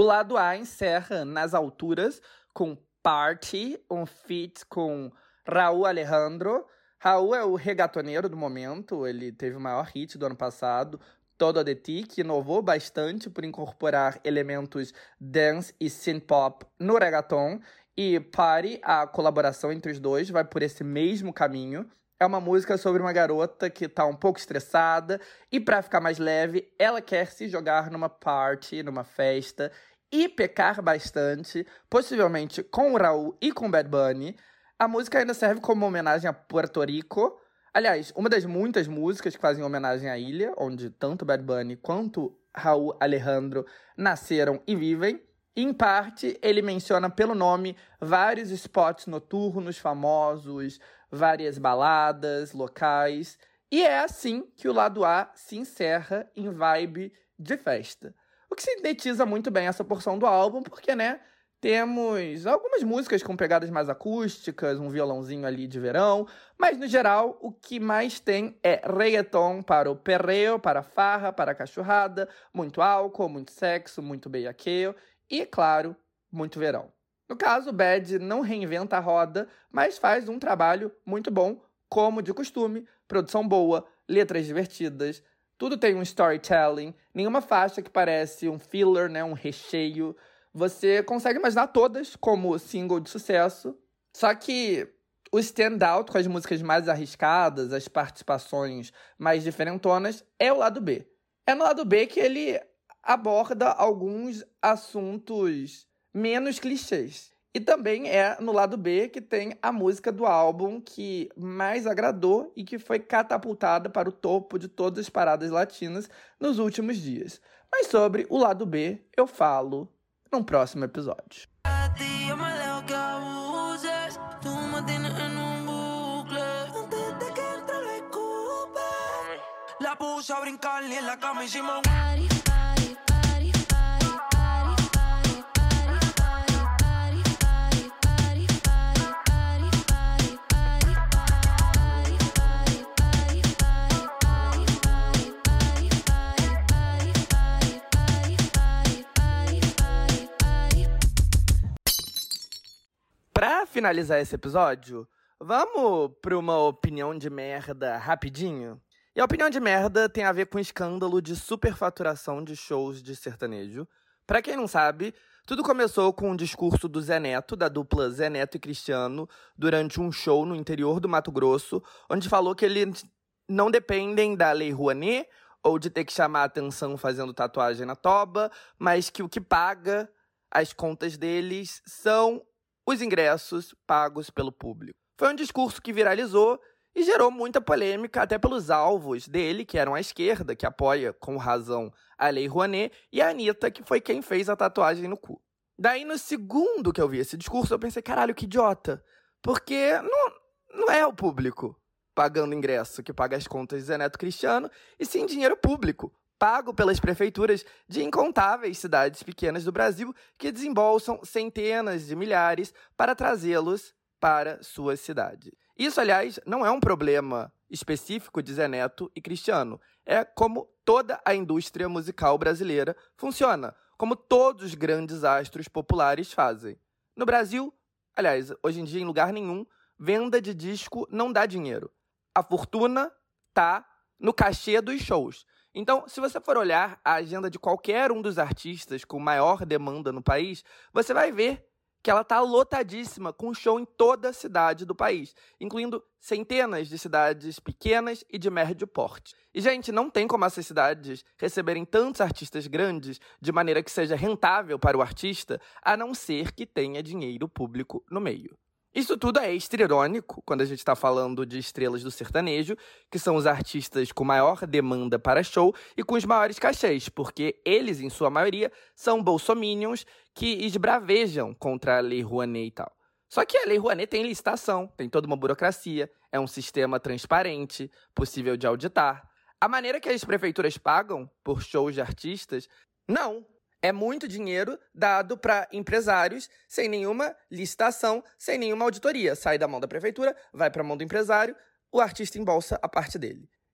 O lado A encerra nas alturas com Party, um feat com Rauw Alejandro. Rauw é o reggaetoneiro do momento, ele teve o maior hit do ano passado, Todo de Ti, que inovou bastante por incorporar elementos dance e synth-pop no reggaeton. E Party, a colaboração entre os dois, vai por esse mesmo caminho. É uma música sobre uma garota que tá um pouco estressada e, pra ficar mais leve, ela quer se jogar numa party, numa festa e pecar bastante, possivelmente com o Rauw e com o Bad Bunny. A música ainda serve como homenagem a Puerto Rico. Aliás, uma das muitas músicas que fazem homenagem à ilha, onde tanto Bad Bunny quanto Rauw Alejandro nasceram e vivem. Em parte, ele menciona pelo nome vários spots noturnos famosos, várias baladas locais. E é assim que o lado A se encerra em vibe de festa. O que sintetiza muito bem essa porção do álbum, porque, né, temos algumas músicas com pegadas mais acústicas, um violãozinho ali de verão, mas, no geral, o que mais tem é reggaeton para o perreo, para a farra, para a cachorrada, muito álcool, muito sexo, muito bellaqueo e, claro, muito verão. No caso, o Bad não reinventa a roda, mas faz um trabalho muito bom, como de costume, produção boa, letras divertidas, tudo tem um storytelling, nenhuma faixa que parece um filler, né, um recheio. Você consegue imaginar todas como single de sucesso, só que o standout com as músicas mais arriscadas, as participações mais diferentonas, é o lado B. É no lado B que ele aborda alguns assuntos menos clichês. E também é no lado B que tem a música do álbum que mais agradou e que foi catapultada para o topo de todas as paradas latinas nos últimos dias. Mas sobre o lado B eu falo num próximo episódio. La puse a brincar y en la cama hicimos Pra finalizar esse episódio, vamos pra uma opinião de merda rapidinho? E a opinião de merda tem a ver com o escândalo de superfaturação de shows de sertanejo. Pra quem não sabe, tudo começou com um discurso do Zé Neto, da dupla Zé Neto e Cristiano, durante um show no interior do Mato Grosso, onde falou que eles não dependem da Lei Rouanet ou de ter que chamar a atenção fazendo tatuagem na toba, mas que o que paga as contas deles são os ingressos pagos pelo público. Foi um discurso que viralizou e gerou muita polêmica, até pelos alvos dele, que eram a esquerda, que apoia, com razão, a Lei Rouanet, e a Anitta, que foi quem fez a tatuagem no cu. Daí, no segundo que eu vi esse discurso, eu pensei, caralho, que idiota. Porque não, não é o público pagando ingresso que paga as contas de Zé Neto Cristiano, e sim dinheiro público, pago pelas prefeituras de incontáveis cidades pequenas do Brasil que desembolsam centenas de milhares para trazê-los para sua cidade. Isso, aliás, não é um problema específico de Zé Neto e Cristiano. É como toda a indústria musical brasileira funciona, como todos os grandes astros populares fazem. No Brasil, aliás, hoje em dia em lugar nenhum, venda de disco não dá dinheiro. A fortuna tá no cachê dos shows. Então, se você for olhar a agenda de qualquer um dos artistas com maior demanda no país, você vai ver que ela está lotadíssima, com show em toda a cidade do país, incluindo centenas de cidades pequenas e de médio porte. E, gente, não tem como essas cidades receberem tantos artistas grandes de maneira que seja rentável para o artista, a não ser que tenha dinheiro público no meio. Isso tudo é extra-irônico quando a gente está falando de estrelas do sertanejo, que são os artistas com maior demanda para show e com os maiores cachês, porque eles, em sua maioria, são bolsominions que esbravejam contra a Lei Rouanet e tal. Só que a Lei Rouanet tem licitação, tem toda uma burocracia, é um sistema transparente, possível de auditar. A maneira que as prefeituras pagam por shows de artistas, não. É muito dinheiro dado para empresários sem nenhuma licitação, sem nenhuma auditoria. Sai da mão da prefeitura, vai para a mão do empresário, o artista embolsa a parte dele.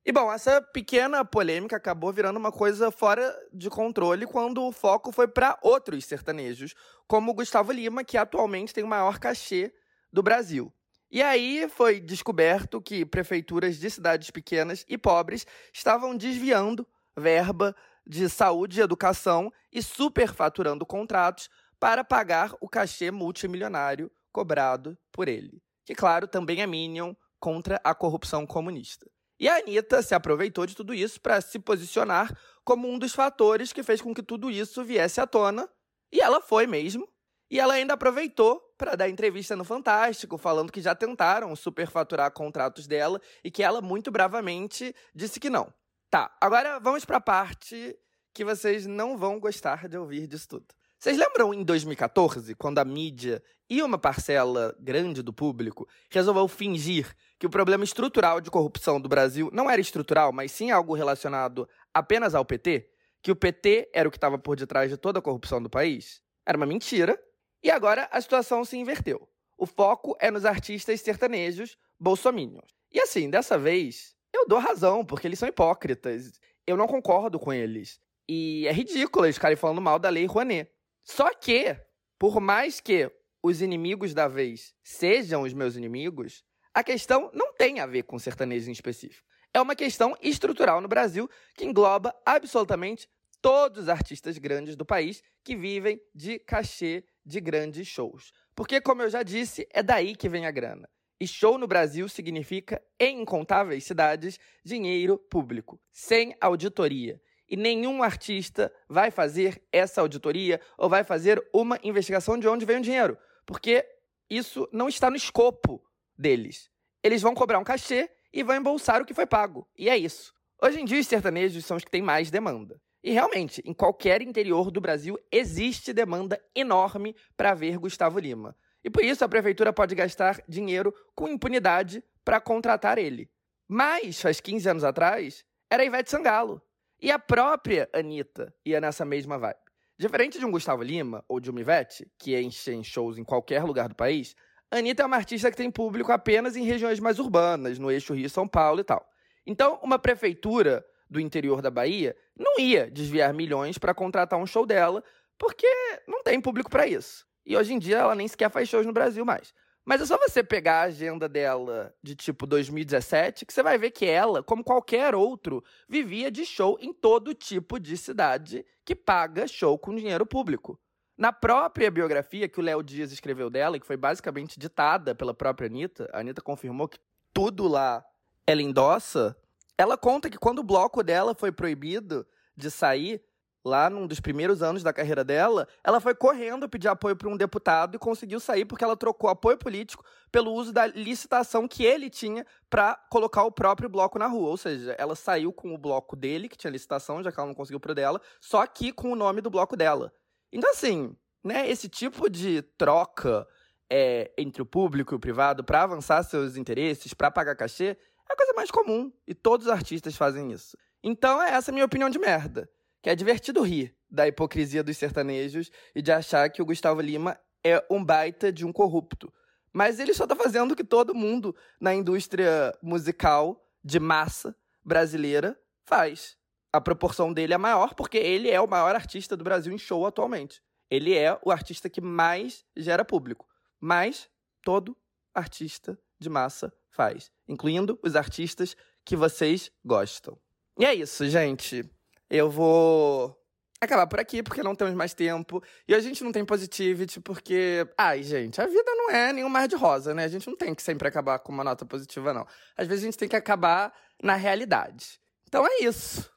E, bom, essa pequena polêmica acabou virando uma coisa fora de controle quando o foco foi para outros sertanejos, como o Gustavo Lima, que atualmente tem o maior cachê do Brasil. E aí foi descoberto que prefeituras de cidades pequenas e pobres estavam desviando verba de saúde e educação e superfaturando contratos para pagar o cachê multimilionário cobrado por ele, que, claro, também é minion contra a corrupção comunista. E a Anitta se aproveitou de tudo isso para se posicionar como um dos fatores que fez com que tudo isso viesse à tona, e ela foi mesmo. E ela ainda aproveitou para dar entrevista no Fantástico, falando que já tentaram superfaturar contratos dela e que ela, muito bravamente, disse que não. Tá, agora vamos para a parte que vocês não vão gostar de ouvir disso tudo. Vocês lembram em dois mil e catorze, quando a mídia e uma parcela grande do público resolveu fingir que o problema estrutural de corrupção do Brasil não era estrutural, mas sim algo relacionado apenas ao P T? Que o P T era o que estava por detrás de toda a corrupção do país? Era uma mentira. E agora a situação se inverteu. O foco é nos artistas sertanejos bolsominions. E assim, dessa vez, eu dou razão, porque eles são hipócritas. Eu não concordo com eles. E é ridículo eles ficarem falando mal da Lei Rouanet. Só que, por mais que os inimigos da vez sejam os meus inimigos, a questão não tem a ver com sertanejo em específico. É uma questão estrutural no Brasil que engloba absolutamente todos os artistas grandes do país que vivem de cachê de grandes shows. Porque, como eu já disse, é daí que vem a grana. E show no Brasil significa, em incontáveis cidades, dinheiro público, sem auditoria. E nenhum artista vai fazer essa auditoria ou vai fazer uma investigação de onde vem o dinheiro, porque isso não está no escopo deles. Eles vão cobrar um cachê e vão embolsar o que foi pago. E é isso. Hoje em dia, os sertanejos são os que têm mais demanda. E realmente, em qualquer interior do Brasil, existe demanda enorme para ver Gustavo Lima. E por isso a prefeitura pode gastar dinheiro com impunidade para contratar ele. Mas, faz quinze anos atrás, era a Ivete Sangalo. E a própria Anitta ia nessa mesma vibe. Diferente de um Gustavo Lima ou de uma Ivete, que enchem shows em qualquer lugar do país, a Anitta é uma artista que tem público apenas em regiões mais urbanas, no eixo Rio-São Paulo e tal. Então, uma prefeitura do interior da Bahia não ia desviar milhões para contratar um show dela, porque não tem público para isso. E hoje em dia ela nem sequer faz shows no Brasil mais. Mas é só você pegar a agenda dela de tipo dois mil e dezessete, que você vai ver que ela, como qualquer outro, vivia de show em todo tipo de cidade que paga show com dinheiro público. Na própria biografia que o Léo Dias escreveu dela, e que foi basicamente ditada pela própria Anitta, a Anitta confirmou que tudo lá ela endossa, ela conta que quando o bloco dela foi proibido de sair, lá num dos primeiros anos da carreira dela, ela foi correndo pedir apoio para um deputado e conseguiu sair porque ela trocou apoio político pelo uso da licitação que ele tinha para colocar o próprio bloco na rua. Ou seja, ela saiu com o bloco dele, que tinha licitação, já que ela não conseguiu pro dela, só que com o nome do bloco dela. Então, assim, né, esse tipo de troca é, entre o público e o privado para avançar seus interesses, para pagar cachê, é a coisa mais comum. E todos os artistas fazem isso. Então, é essa a minha opinião de merda. Que é divertido rir da hipocrisia dos sertanejos e de achar que o Gustavo Lima é um baita de um corrupto. Mas ele só tá fazendo o que todo mundo na indústria musical de massa brasileira faz. A proporção dele é maior porque ele é o maior artista do Brasil em show atualmente. Ele é o artista que mais gera público. Mas todo artista de massa faz, incluindo os artistas que vocês gostam. E é isso, gente. Eu vou acabar por aqui, porque não temos mais tempo. E a gente não tem positivity, porque... Ai, gente, a vida não é nenhum mar de rosa, né? A gente não tem que sempre acabar com uma nota positiva, não. Às vezes a gente tem que acabar na realidade. Então é isso.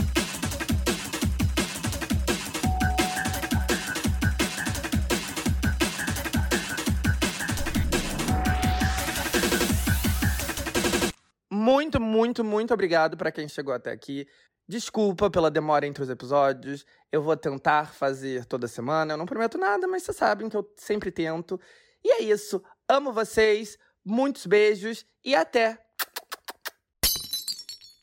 Muito, muito, muito obrigado para quem chegou até aqui. Desculpa pela demora entre os episódios. Eu vou tentar fazer toda semana. Eu não prometo nada, mas vocês sabem que eu sempre tento. E é isso. Amo vocês. Muitos beijos e até